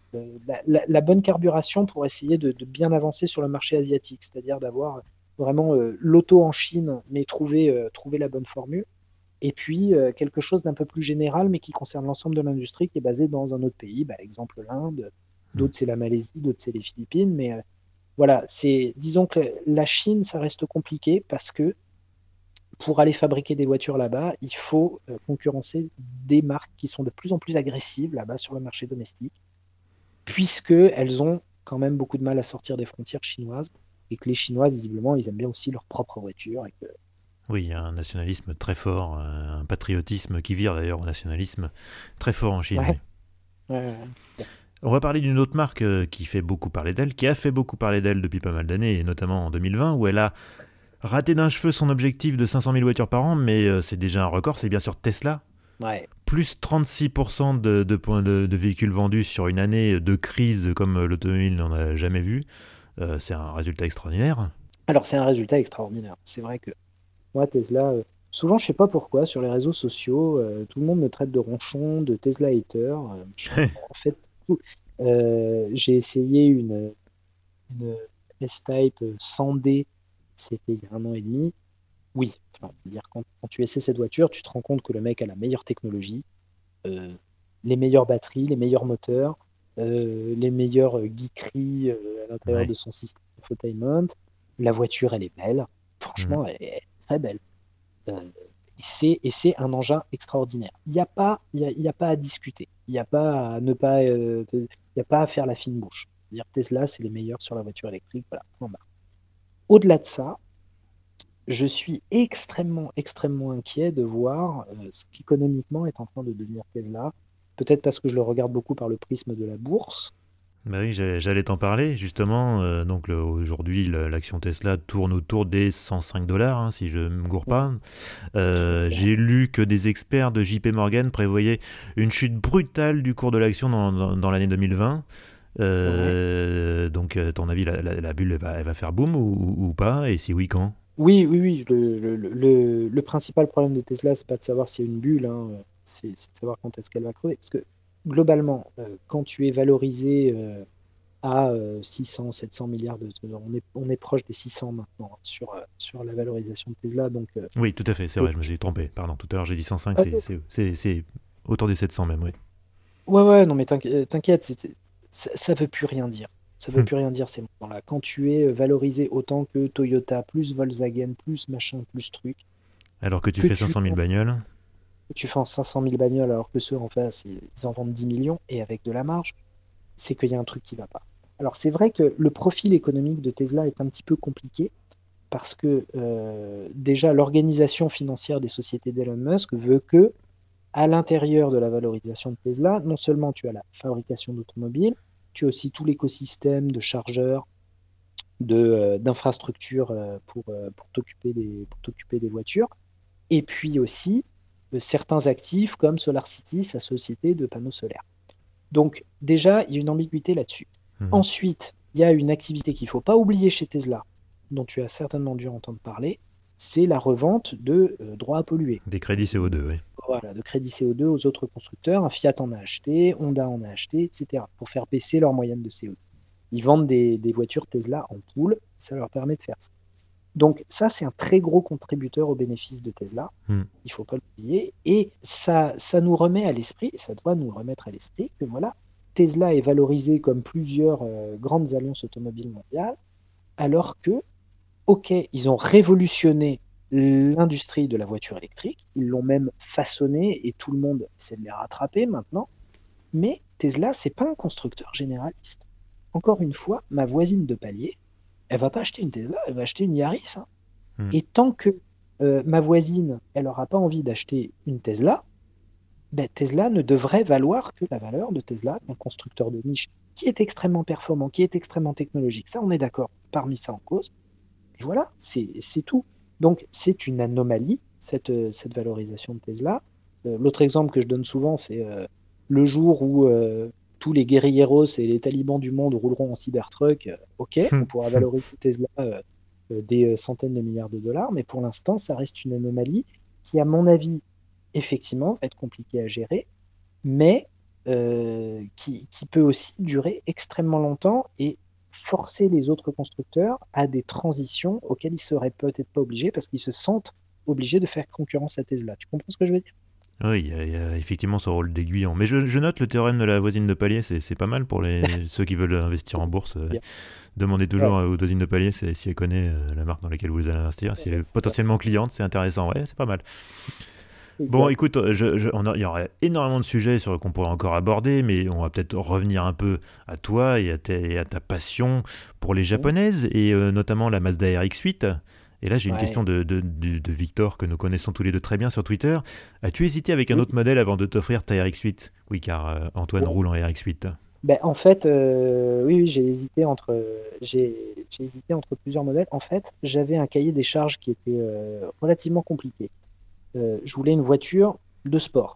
la bonne carburation pour essayer de bien avancer sur le marché asiatique, c'est-à-dire d'avoir vraiment l'auto en Chine, mais trouver la bonne formule, et puis quelque chose d'un peu plus général, mais qui concerne l'ensemble de l'industrie, qui est basé dans un autre pays, exemple l'Inde, d'autres c'est la Malaisie, d'autres c'est les Philippines, mais voilà, disons que la Chine, ça reste compliqué, parce que pour aller fabriquer des voitures là-bas, il faut concurrencer des marques qui sont de plus en plus agressives là-bas sur le marché domestique, puisqu'elles ont quand même beaucoup de mal à sortir des frontières chinoises, et que les Chinois, visiblement, ils aiment bien aussi leur propre voiture. Oui, il y a un nationalisme très fort, un patriotisme qui vire d'ailleurs au nationalisme très fort en Chine. Ouais. On va parler d'une autre marque qui fait beaucoup parler d'elle, qui a fait beaucoup parler d'elle depuis pas mal d'années, et notamment en 2020, où elle a raté d'un cheveu son objectif de 500 000 voitures par an, mais c'est déjà un record, c'est bien sûr Tesla. Ouais. Plus 36% de véhicules vendus sur une année de crise comme l'automobile n'en a jamais vu. C'est un résultat extraordinaire. Alors, c'est un résultat extraordinaire. C'est vrai que moi, Tesla, souvent, je sais pas pourquoi, sur les réseaux sociaux, tout le monde me traite de ronchon, de Tesla hater. En fait, j'ai essayé une S-Type 100D, c'était il y a 1 an et demi. Oui, enfin, je veux dire, quand tu essaies cette voiture, tu te rends compte que le mec a la meilleure technologie, euh, les meilleures batteries, les meilleurs moteurs, les meilleures geekeries à l'intérieur Ouais. de son système infotainment. La voiture, elle est belle. Mhm. Franchement, elle est très belle. Euh, et c'est un engin extraordinaire. Il y a pas à discuter. Il n'y a pas à ne pas, il y a pas à faire la fine bouche. Dire Tesla, c'est les meilleurs sur la voiture électrique. Voilà, point barre. Au-delà de ça, je suis extrêmement, extrêmement inquiet de voir ce qu'économiquement est en train de devenir Tesla. Peut-être parce que je le regarde beaucoup par le prisme de la bourse. Bah oui, j'allais t'en parler justement. Donc aujourd'hui, l'action Tesla tourne autour des 105 dollars, hein, si je ne me gourre Ouais, pas. tout à fait. J'ai lu que des experts de JP Morgan prévoyaient une chute brutale du cours de l'action dans l'année 2020. Ouais. Donc, à ton avis, la bulle, elle va faire boom ou pas? Et si oui, quand? Oui, oui, oui. Le principal problème de Tesla, c'est pas de savoir s'il y a une bulle, hein, c'est de savoir quand est-ce qu'elle va crever. Parce que globalement, quand tu es valorisé à 600, 700 milliards on est proche des 600 maintenant hein, sur la valorisation de Tesla. Donc, Oui, tout à fait, c'est que vrai, je me tu- suis trompé. Pardon, tout à l'heure j'ai dit 105, Ah, c'est autour des 700 même, oui. ouais, ouais, non, mais t'inquiète, ça veut plus rien dire. Ça veut Hum. plus rien dire ces montants-là. Quand tu es valorisé autant que Toyota, plus Volkswagen, plus machin, plus truc, Alors que tu que fais tu, 500 000 bagnoles. que tu vends 500 000 bagnoles alors que ceux en face, ils en vendent 10 millions et avec de la marge, c'est qu'il y a un truc qui va pas. Alors c'est vrai que le profil économique de Tesla est un petit peu compliqué parce que déjà l'organisation financière des sociétés d'Elon Musk veut que à l'intérieur de la valorisation de Tesla, non seulement tu as la fabrication d'automobiles, tu as aussi tout l'écosystème de chargeurs, d'infrastructures pour t'occuper des voitures, et puis aussi certains actifs comme SolarCity, sa société de panneaux solaires. Donc déjà, il y a une ambiguïté là-dessus. Mhm. Ensuite, il y a une activité qu'il ne faut pas oublier chez Tesla, dont tu as certainement dû entendre parler, c'est la revente de droits à polluer. Des crédits Donc, CO2, oui. voilà, de crédit CO2 aux autres constructeurs. Un Fiat en a acheté, Honda en a acheté, etc. pour faire baisser leur moyenne de CO2. Ils vendent des voitures Tesla en pool, ça leur permet de faire ça. Donc ça, c'est un très gros contributeur aux bénéfices de Tesla, Hum. il ne faut pas l'oublier. Et ça nous remet à l'esprit, ça doit nous remettre à l'esprit que voilà, Tesla est valorisé comme plusieurs grandes alliances automobiles mondiales, alors que ok, ils ont révolutionné l'industrie de la voiture électrique, ils l'ont même façonnée et tout le monde essaie de les rattraper maintenant. Mais Tesla, c'est pas un constructeur généraliste. Encore une fois, ma voisine de palier, elle va pas acheter une Tesla, elle va acheter une Yaris, hein. Hum. Et tant que ma voisine, elle n'aura pas envie d'acheter une Tesla, ben, Tesla ne devrait valoir que la valeur de Tesla, un constructeur de niche qui est extrêmement performant, qui est extrêmement technologique. Ça, on est d'accord. Parmi ça en cause. Et voilà, c'est tout. Donc, c'est une anomalie, cette valorisation de Tesla. L'autre exemple que je donne souvent, c'est le jour où tous les guerrilleros et les talibans du monde rouleront en Cybertruck. Ok, on Hum. pourra Hum. valoriser Tesla des centaines de milliards de dollars, mais pour l'instant, ça reste une anomalie qui, à mon avis, effectivement, va être compliquée à gérer, mais qui peut aussi durer extrêmement longtemps et forcer les autres constructeurs à des transitions auxquelles ils ne seraient peut-être pas obligés parce qu'ils se sentent obligés de faire concurrence à Tesla. Tu comprends ce que je veux dire? Oui, il y a effectivement ce rôle d'aiguillon. Mais je note le théorème de la voisine de palier, c'est pas mal pour ceux qui veulent investir en bourse. Bien. Demandez toujours Ouais, aux voisines de palier si elle connaît la marque dans laquelle vous allez investir. Si elle est c'est ça. potentiellement cliente, c'est intéressant. Ouais, c'est pas mal. Bon, Exact. écoute, il y aurait énormément de sujets sur qu'on pourrait encore aborder, mais on va peut-être revenir un peu à toi et à ta passion pour les Mhm. japonaises, et notamment la Mazda RX-8. Et là, j'ai une question Ouais. de Victor, que nous connaissons tous les deux très bien sur Twitter. As-tu hésité avec un Oui. autre modèle avant de t'offrir ta RX-8? Oui, car Antoine Ouais. roule en RX-8. Ben, en fait, oui, oui, j'ai hésité entre plusieurs modèles. En fait, j'avais un cahier des charges qui était relativement compliqué. Je voulais une voiture de sport.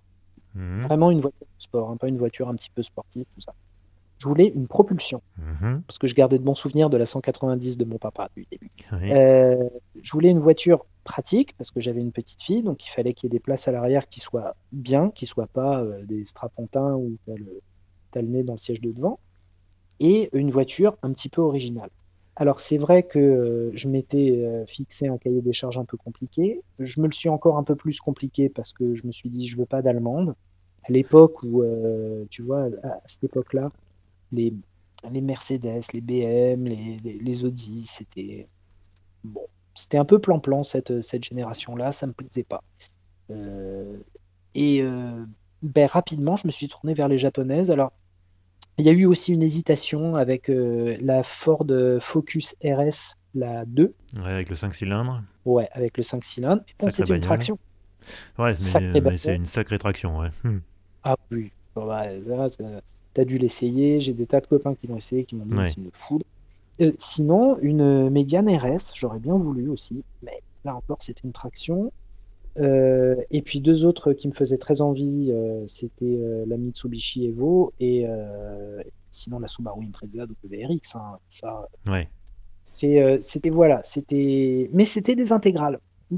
Vraiment une voiture de sport, pas une voiture un petit peu sportive, tout ça. Je voulais une propulsion, parce que je gardais de bons souvenirs de la 190 de mon papa du début. Oui. Je voulais une voiture pratique, parce que j'avais une petite fille, donc il fallait qu'il y ait des places à l'arrière qui soient bien, qui ne soient pas des strapontins où tu as le nez dans le siège de devant, et une voiture un petit peu originale. Alors c'est vrai que je m'étais fixé un cahier des charges un peu compliqué. Je me le suis encore un peu plus compliqué parce que je me suis dit je veux pas d'allemande. À l'époque où, tu vois, à cette époque-là, les, les Mercedes, les BM, les Audi, bon, c'était un peu plan-plan cette génération-là, ça me plaisait pas. Euh, et ben, rapidement, je me suis tourné vers les japonaises. Alors, il y a eu aussi une hésitation avec la Ford Focus RS, la 2. Ouais, avec le 5 cylindres. Ouais, avec le 5 cylindres. Et bon, Sacrée c'était une bagnole. traction. Ouais, Sacrée mais c'est bagnole. une sacrée traction, ouais. Ah oui, bon, bah, t'as dû l'essayer. J'ai des tas de copains qui l'ont essayé, qui m'ont dit que Ouais. c'est une foudre. Sinon, une Mégane RS, j'aurais bien voulu aussi. Mais là encore, c'était une traction. Et puis deux autres qui me faisaient très envie, c'était la Mitsubishi Evo et sinon la Subaru Impreza WRX. Hein, ça, Ouais. c'était voilà, mais c'était des intégrales.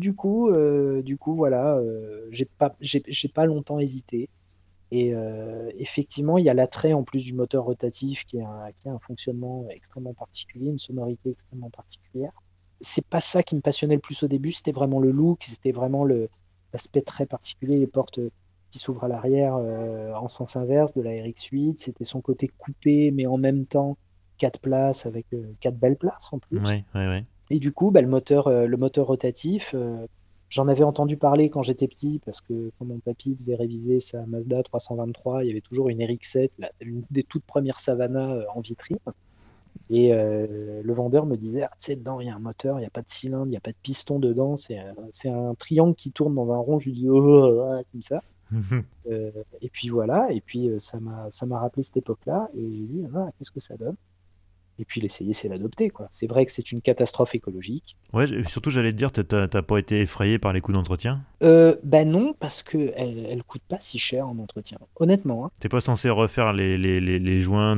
Du coup voilà, j'ai pas longtemps hésité. Et effectivement, il y a l'attrait en plus du moteur rotatif qui a un fonctionnement extrêmement particulier, une sonorité extrêmement particulière. C'est pas ça qui me passionnait le plus au début, c'était vraiment le look, c'était vraiment l'aspect très particulier, les portes qui s'ouvrent à l'arrière en sens inverse de la RX-8, c'était son côté coupé, mais en même temps 4 places avec 4 belles places en plus. Ouais, ouais, ouais. Et du coup, bah, le moteur rotatif, j'en avais entendu parler quand j'étais petit, parce que quand mon papy faisait réviser sa Mazda 323, il y avait toujours une RX-7, une des toutes premières Savannah en vitrine. Et le vendeur me disait, ah, tu sais, dedans, il y a un moteur, il n'y a pas de cylindre, il n'y a pas de piston dedans, c'est un triangle qui tourne dans un rond. Je lui dis, oh, comme ça. Et puis voilà, et puis ça m'a rappelé cette époque-là, et j'ai dit, ah, qu'est-ce que ça donne? Et puis l'essayer, c'est l'adopter, quoi. C'est vrai que c'est une catastrophe écologique. Ouais, surtout j'allais te dire, t'as pas été effrayé par les coûts d'entretien? Ben non, parce que elle coûte pas si cher en entretien. Honnêtement, hein. T'es pas censé refaire les joints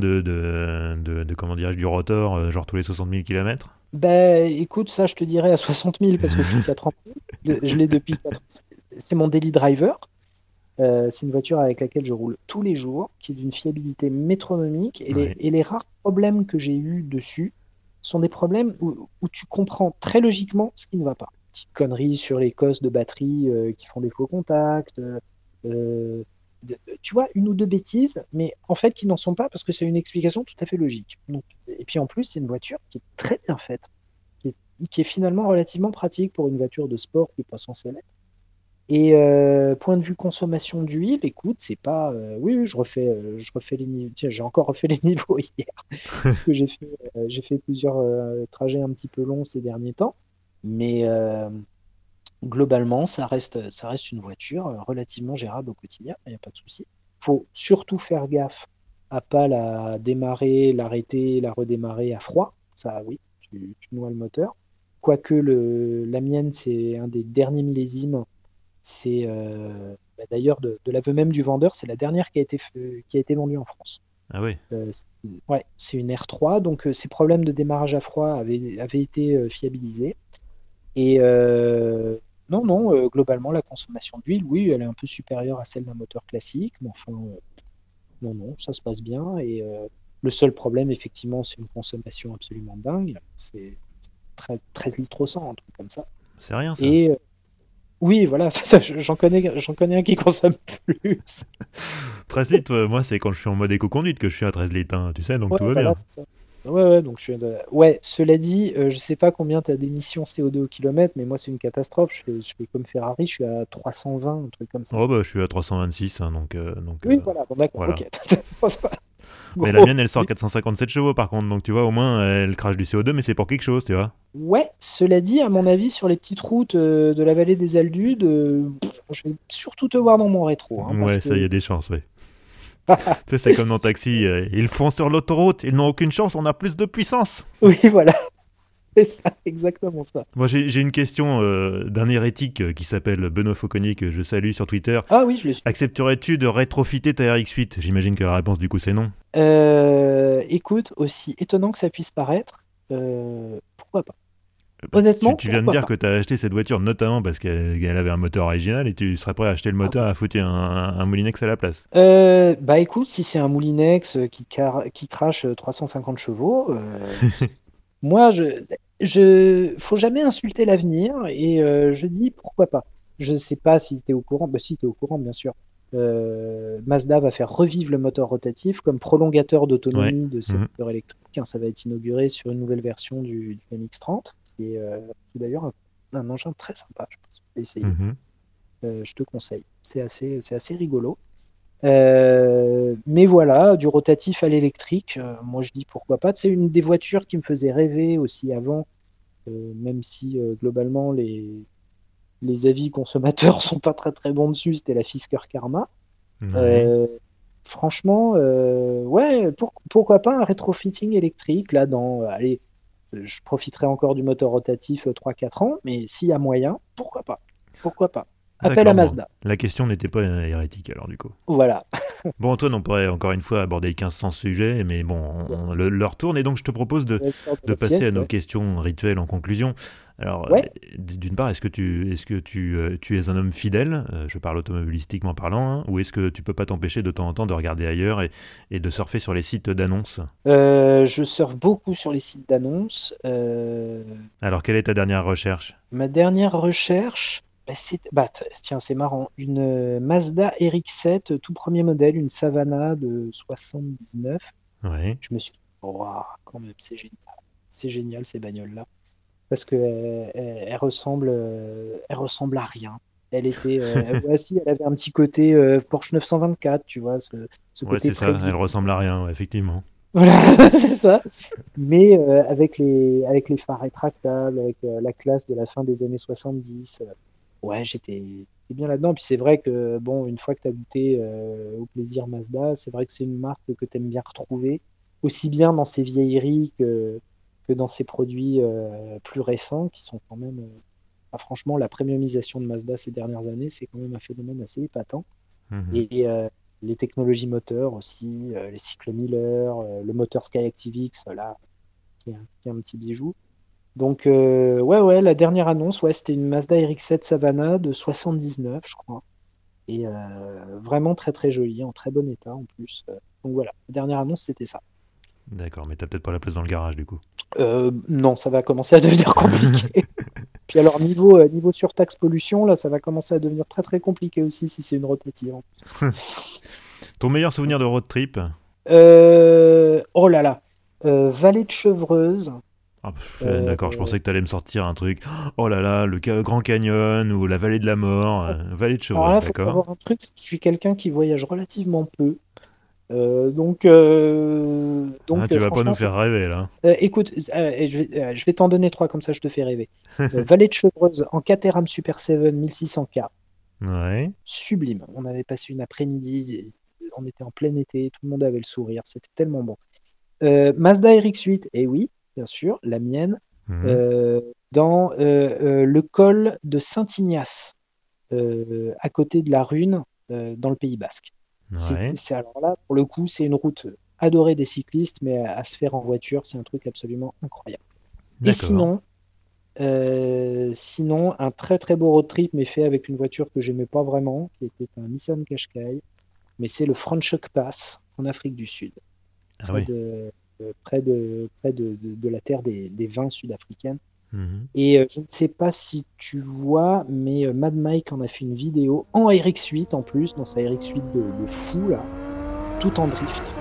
comment dirais-je, du rotor, genre tous les 60 000 km? Ben écoute, ça je te dirais à 60 000 parce que je suis qu'à 30 000. Je l'ai depuis 4 ans. C'est mon daily driver. C'est une voiture avec laquelle je roule tous les jours, qui est d'une fiabilité métronomique. Ouais. Et les rares problèmes que j'ai eus dessus sont des problèmes où tu comprends très logiquement ce qui ne va pas. Petite connerie sur les cosses de batterie qui font des faux contacts. Euh, Tu vois, une ou deux bêtises, mais en fait qui n'en sont pas parce que c'est une explication tout à fait logique. Donc, et puis en plus, c'est une voiture qui est très bien faite, qui est finalement relativement pratique pour une voiture de sport qui n'est pas censée l'être. Et point de vue consommation d'huile, écoute, c'est pas. Oui, oui, je refais les niveaux. Tiens, j'ai encore refait les niveaux hier, parce que j'ai fait plusieurs trajets un petit peu longs ces derniers temps. Mais globalement, ça reste une voiture relativement gérable au quotidien, il n'y a pas de souci. Faut surtout faire gaffe à pas la démarrer, l'arrêter, la redémarrer à froid. Ça, oui, tu noies le moteur. Quoique la mienne, c'est un des derniers millésimes. C'est d'ailleurs de l'aveu même du vendeur, c'est la dernière qui a été vendue en France. Ah ouais. Ouais, c'est une R3, donc ces problèmes de démarrage à froid avaient été fiabilisés. Et non, non, globalement, la consommation d'huile, oui, elle est un peu supérieure à celle d'un moteur classique, mais enfin, non, non, ça se passe bien. Et le seul problème, effectivement, c'est une consommation absolument dingue. C'est 13 litres au 100, un truc comme ça. C'est rien ça. Et oui, voilà, j'en connais un qui consomme plus. 13 litres, moi c'est quand je suis en mode éco-conduite que je suis à 13 litres, hein, tu sais, donc Ouais, tout va voilà, bien. c'est ça. Ouais, ouais, donc ouais, cela dit, je sais pas combien tu as d'émissions CO2 au kilomètre, mais moi c'est une catastrophe. Je fais comme Ferrari, je suis à 320, un truc comme ça. Oh bah je suis à 326, hein, Oui, voilà, bon, d'accord, voilà. ok. Mais la Gros. mienne elle sort 457 chevaux par contre, donc tu vois au moins elle crache du CO2 mais c'est pour quelque chose, tu vois. Ouais, cela dit, à mon avis, sur les petites routes de la vallée des Aldudes, je vais surtout te voir dans mon rétro, hein, parce Ouais, ça y que a des chances, ouais. Tu sais, c'est comme dans Taxi, ils font sur l'autoroute, ils n'ont aucune chance, on a plus de puissance. oui, voilà. C'est ça, exactement ça. Moi, j'ai une question d'un hérétique qui s'appelle Benoît Fauconnier, que je salue sur Twitter. Ah oui, je le suis. Accepterais-tu de rétrofiter ta RX-8 ? J'imagine que la réponse du coup c'est non. Écoute, aussi étonnant que ça puisse paraître, pourquoi pas? Bah, Honnêtement, tu viens de pourquoi dire pas? que tu as acheté cette voiture notamment parce qu'elle avait un moteur original et tu serais prêt à acheter le moteur et à foutre un Moulinex à la place. Bah écoute, si c'est un Moulinex qui crache 350 chevaux, moi, faut jamais insulter l'avenir et je dis pourquoi pas. Je sais pas si tu es au courant. Bah si, tu es au courant, bien sûr. Mazda va faire revivre le moteur rotatif comme prolongateur Ouais. d'autonomie de ses Mhm. moteurs électriques, hein. Ça va être inauguré sur une nouvelle version du MX-30, qui est d'ailleurs un engin très sympa, je pense. Essayer. Mhm. Je te conseille. C'est assez rigolo. Mais voilà, du rotatif à l'électrique, moi je dis pourquoi pas. C'est une des voitures qui me faisait rêver aussi avant, même si globalement les avis consommateurs sont pas très très bons dessus, c'était la Fisker Karma. Ouais. Euh, Franchement, ouais, pourquoi pas un rétrofitting électrique là allez, je profiterai encore du moteur rotatif 3-4 ans, mais s'il y a moyen, pourquoi pas? Pourquoi pas? Appel à D'accord, bon. Mazda. La question n'était pas hérétique alors du coup. Voilà. Bon Antoine, on pourrait encore une fois aborder 1500 sujets, mais bon, l'heure tourne et donc je te propose Directeur de de la passer à sieste, nos ouais. questions rituelles en conclusion. Alors, Ouais. d'une part, est-ce que tu es un homme fidèle, je parle automobilistiquement parlant, hein, ou est-ce que tu peux pas t'empêcher de temps en temps de regarder ailleurs et de surfer sur les sites d'annonces ? Je surfe beaucoup sur les sites d'annonces. Alors, quelle est ta dernière recherche ? Ma dernière recherche, tiens, c'est marrant, une Mazda RX-7, tout premier modèle, une Savannah de 79. Ouais. Je me suis dit, waouh, quand même, c'est génial ces bagnoles-là, parce que elle ressemble à rien. Ouais, si, elle avait un petit côté Porsche 924, tu vois, ce Ouais, côté c'est ça, elle pré-vieillissant. ressemble à rien, ouais, effectivement. Voilà, c'est ça. Mais avec les phares rétractables, avec la classe de la fin des années 70, ouais, j'étais bien là-dedans. Puis c'est vrai que, bon, une fois que tu as goûté au plaisir Mazda, c'est vrai que c'est une marque que tu aimes bien retrouver, aussi bien dans ses vieilleries que dans ses produits plus récents, qui sont quand même. Franchement, la premiumisation de Mazda ces dernières années, c'est quand même un phénomène assez épatant. Mhm. Et les technologies moteurs aussi, les cycles Miller, le moteur SkyActiv-X, là, qui est un petit bijou. Donc, ouais, la dernière annonce, ouais, c'était une Mazda RX-7 Savannah de 79, je crois. Et vraiment très très jolie, en très bon état en plus. Donc voilà, la dernière annonce, c'était ça. D'accord, mais t'as peut-être pas la place dans le garage du coup. Non, ça va commencer à devenir compliqué. Puis alors, niveau surtaxe pollution, là, ça va commencer à devenir très très compliqué aussi si c'est une rotative. Ton meilleur souvenir de road trip ? Oh là là, Vallée de Chevreuse. Ah, euh, d'accord, je pensais que t'allais me sortir un truc. Oh là là, le Grand Canyon ou la vallée de la mort, vallée de alors Chevreuse, là, il faut d'accord. savoir un truc, c'est que je suis quelqu'un qui voyage relativement peu. Donc, Ah, tu vas pas franchement, nous faire rêver là. écoute, je vais t'en donner trois, comme ça je te fais rêver. Vallée de Chevreuse en Caterham Super 7 1600K, Ouais. sublime. On avait passé une après-midi, on était en plein été, tout le monde avait le sourire, c'était tellement bon. Mazda RX-8, et oui, bien sûr, la mienne, Mhm. euh, dans le col de Saint-Ignace, à côté de la Rune, dans le Pays Basque. Ouais. Alors là, pour le coup, c'est une route adorée des cyclistes, mais à se faire en voiture, c'est un truc absolument incroyable. Et D'accord. sinon, un très très beau road trip, mais fait avec une voiture que j'aimais pas vraiment, qui était un Nissan Qashqai, mais c'est le Franschhoek Pass en Afrique du Sud, Ah près oui. de la terre des vins sud-africaines. Mhm. Et je ne sais pas si tu vois, mais Mad Mike en a fait une vidéo en RX-8 en plus, dans sa RX-8 de fou, là, tout en drift.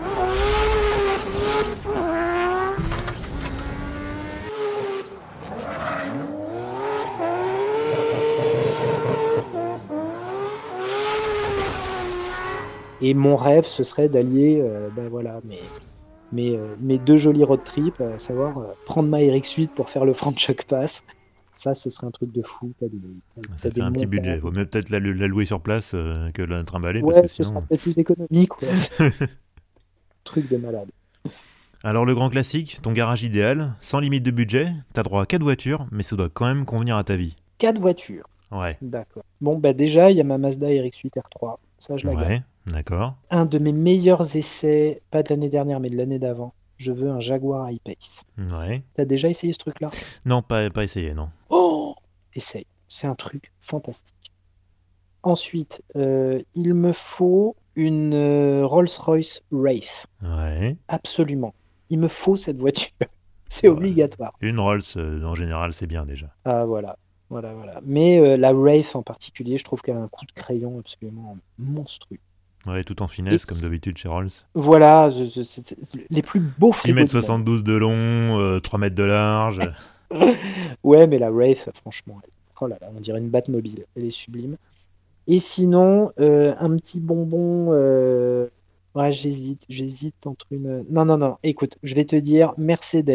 Et mon rêve, ce serait d'allier ben voilà, mes deux jolis road trips, à savoir prendre ma RX-8 pour faire le Franschhoek Pass. Ça, ce serait un truc de fou. Ça T'as fait des un petit budget. montagnes. Vaut mieux peut-être la louer sur place que la trimballer parce Ouais, que ce sera sinon. peut-être plus économique. Ouais. Truc de malade. Alors le grand classique, ton garage idéal, sans limite de budget, t'as droit à 4 voitures, mais ça doit quand même convenir à ta vie. 4 voitures. Ouais. D'accord. Bon, bah déjà, il y a ma Mazda RX-8 R3. Ça, je la garde. Ouais, d'accord. Un de mes meilleurs essais, pas de l'année dernière, mais de l'année d'avant. Je veux un Jaguar I-Pace. Ouais. T'as déjà essayé ce truc-là? Non, pas essayé, non. Oh! Essaye. C'est un truc fantastique. Ensuite, il me faut une Rolls-Royce Wraith. Ouais. Absolument. Il me faut cette voiture. C'est obligatoire. Une Rolls, en général, c'est bien déjà. Ah, voilà. Mais la Wraith en particulier, je trouve qu'elle a un coup de crayon absolument monstrueux. Ouais, tout en finesse, comme d'habitude chez Rolls. Voilà, c'est les plus beaux frigos. 6,72 m de long, 3 mètres de large. Ouais, mais la Wraith, franchement, oh là là, on dirait une Batmobile. Elle est sublime. Et sinon, un petit bonbon. Ouais, j'hésite entre une. Non. Écoute, je vais te dire Mercedes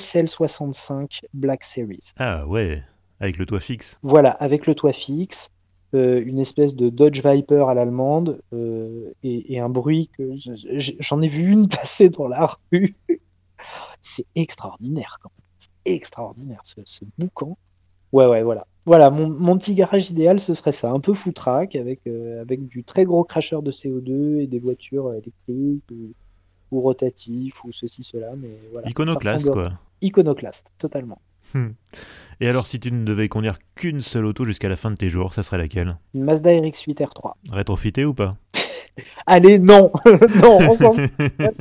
SL65 Black Series. Ah ouais, avec le toit fixe. Voilà, avec le toit fixe, une espèce de Dodge Viper à l'allemande et un bruit que j'en ai vu une passer dans la rue. C'est extraordinaire quand même. C'est extraordinaire ce boucan. Ouais, voilà. Voilà, mon petit garage idéal, ce serait ça. Un peu foutraque avec du très gros cracheur de CO2 et des voitures électriques ou rotatifs ou ceci, cela. Mais voilà, iconoclaste, quoi. Iconoclaste, totalement. Et alors, si tu ne devais conduire qu'une seule auto jusqu'à la fin de tes jours, ça serait laquelle? Une Mazda RX-8 R3. Rétrofitée ou pas? Allez, non. Non, on s'en fout.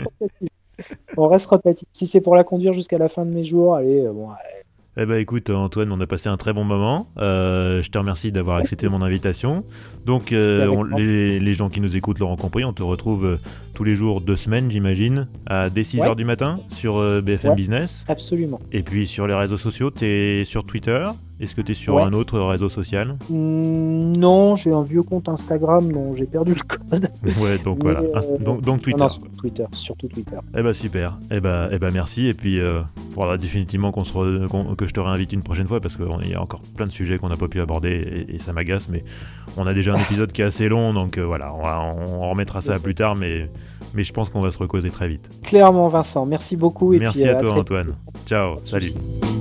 On reste rotatif. Si c'est pour la conduire jusqu'à la fin de mes jours, allez, bon... Eh ben écoute Antoine, on a passé un très bon moment. Je te remercie d'avoir accepté mon invitation. Donc les gens qui nous écoutent l'auront compris, on te retrouve tous les jours 2 semaines j'imagine, dès 6h du matin sur BFM Business. Absolument. Et puis sur les réseaux sociaux, t'es sur Twitter? Est-ce que t'es sur un autre réseau social? Non, j'ai un vieux compte Instagram, non, j'ai perdu le code. Ouais, donc voilà. Donc Twitter. Non, surtout Twitter. Eh ben super. Eh ben merci. Et puis faudra définitivement que je te réinvite une prochaine fois parce qu'il y a encore plein de sujets qu'on n'a pas pu aborder et ça m'agace. Mais on a déjà un épisode qui est assez long, donc voilà, on remettra ça plus tard. Mais je pense qu'on va se recauser très vite. Clairement, Vincent. Merci beaucoup. Merci à toi, Antoine. Ciao. Salut.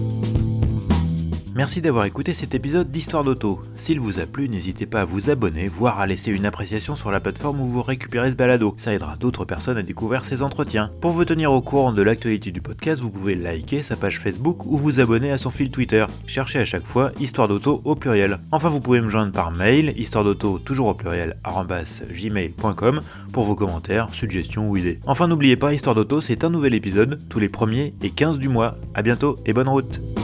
Merci d'avoir écouté cet épisode d'Histoire d'Auto. S'il vous a plu, n'hésitez pas à vous abonner, voire à laisser une appréciation sur la plateforme où vous récupérez ce balado. Ça aidera d'autres personnes à découvrir ces entretiens. Pour vous tenir au courant de l'actualité du podcast, vous pouvez liker sa page Facebook ou vous abonner à son fil Twitter. Cherchez à chaque fois Histoire d'Auto au pluriel. Enfin, vous pouvez me joindre par mail, histoiredauto toujours au pluriel, @gmail.com pour vos commentaires, suggestions ou idées. Enfin, n'oubliez pas, Histoire d'Auto, c'est un nouvel épisode tous les 1er et 15 du mois. À bientôt et bonne route.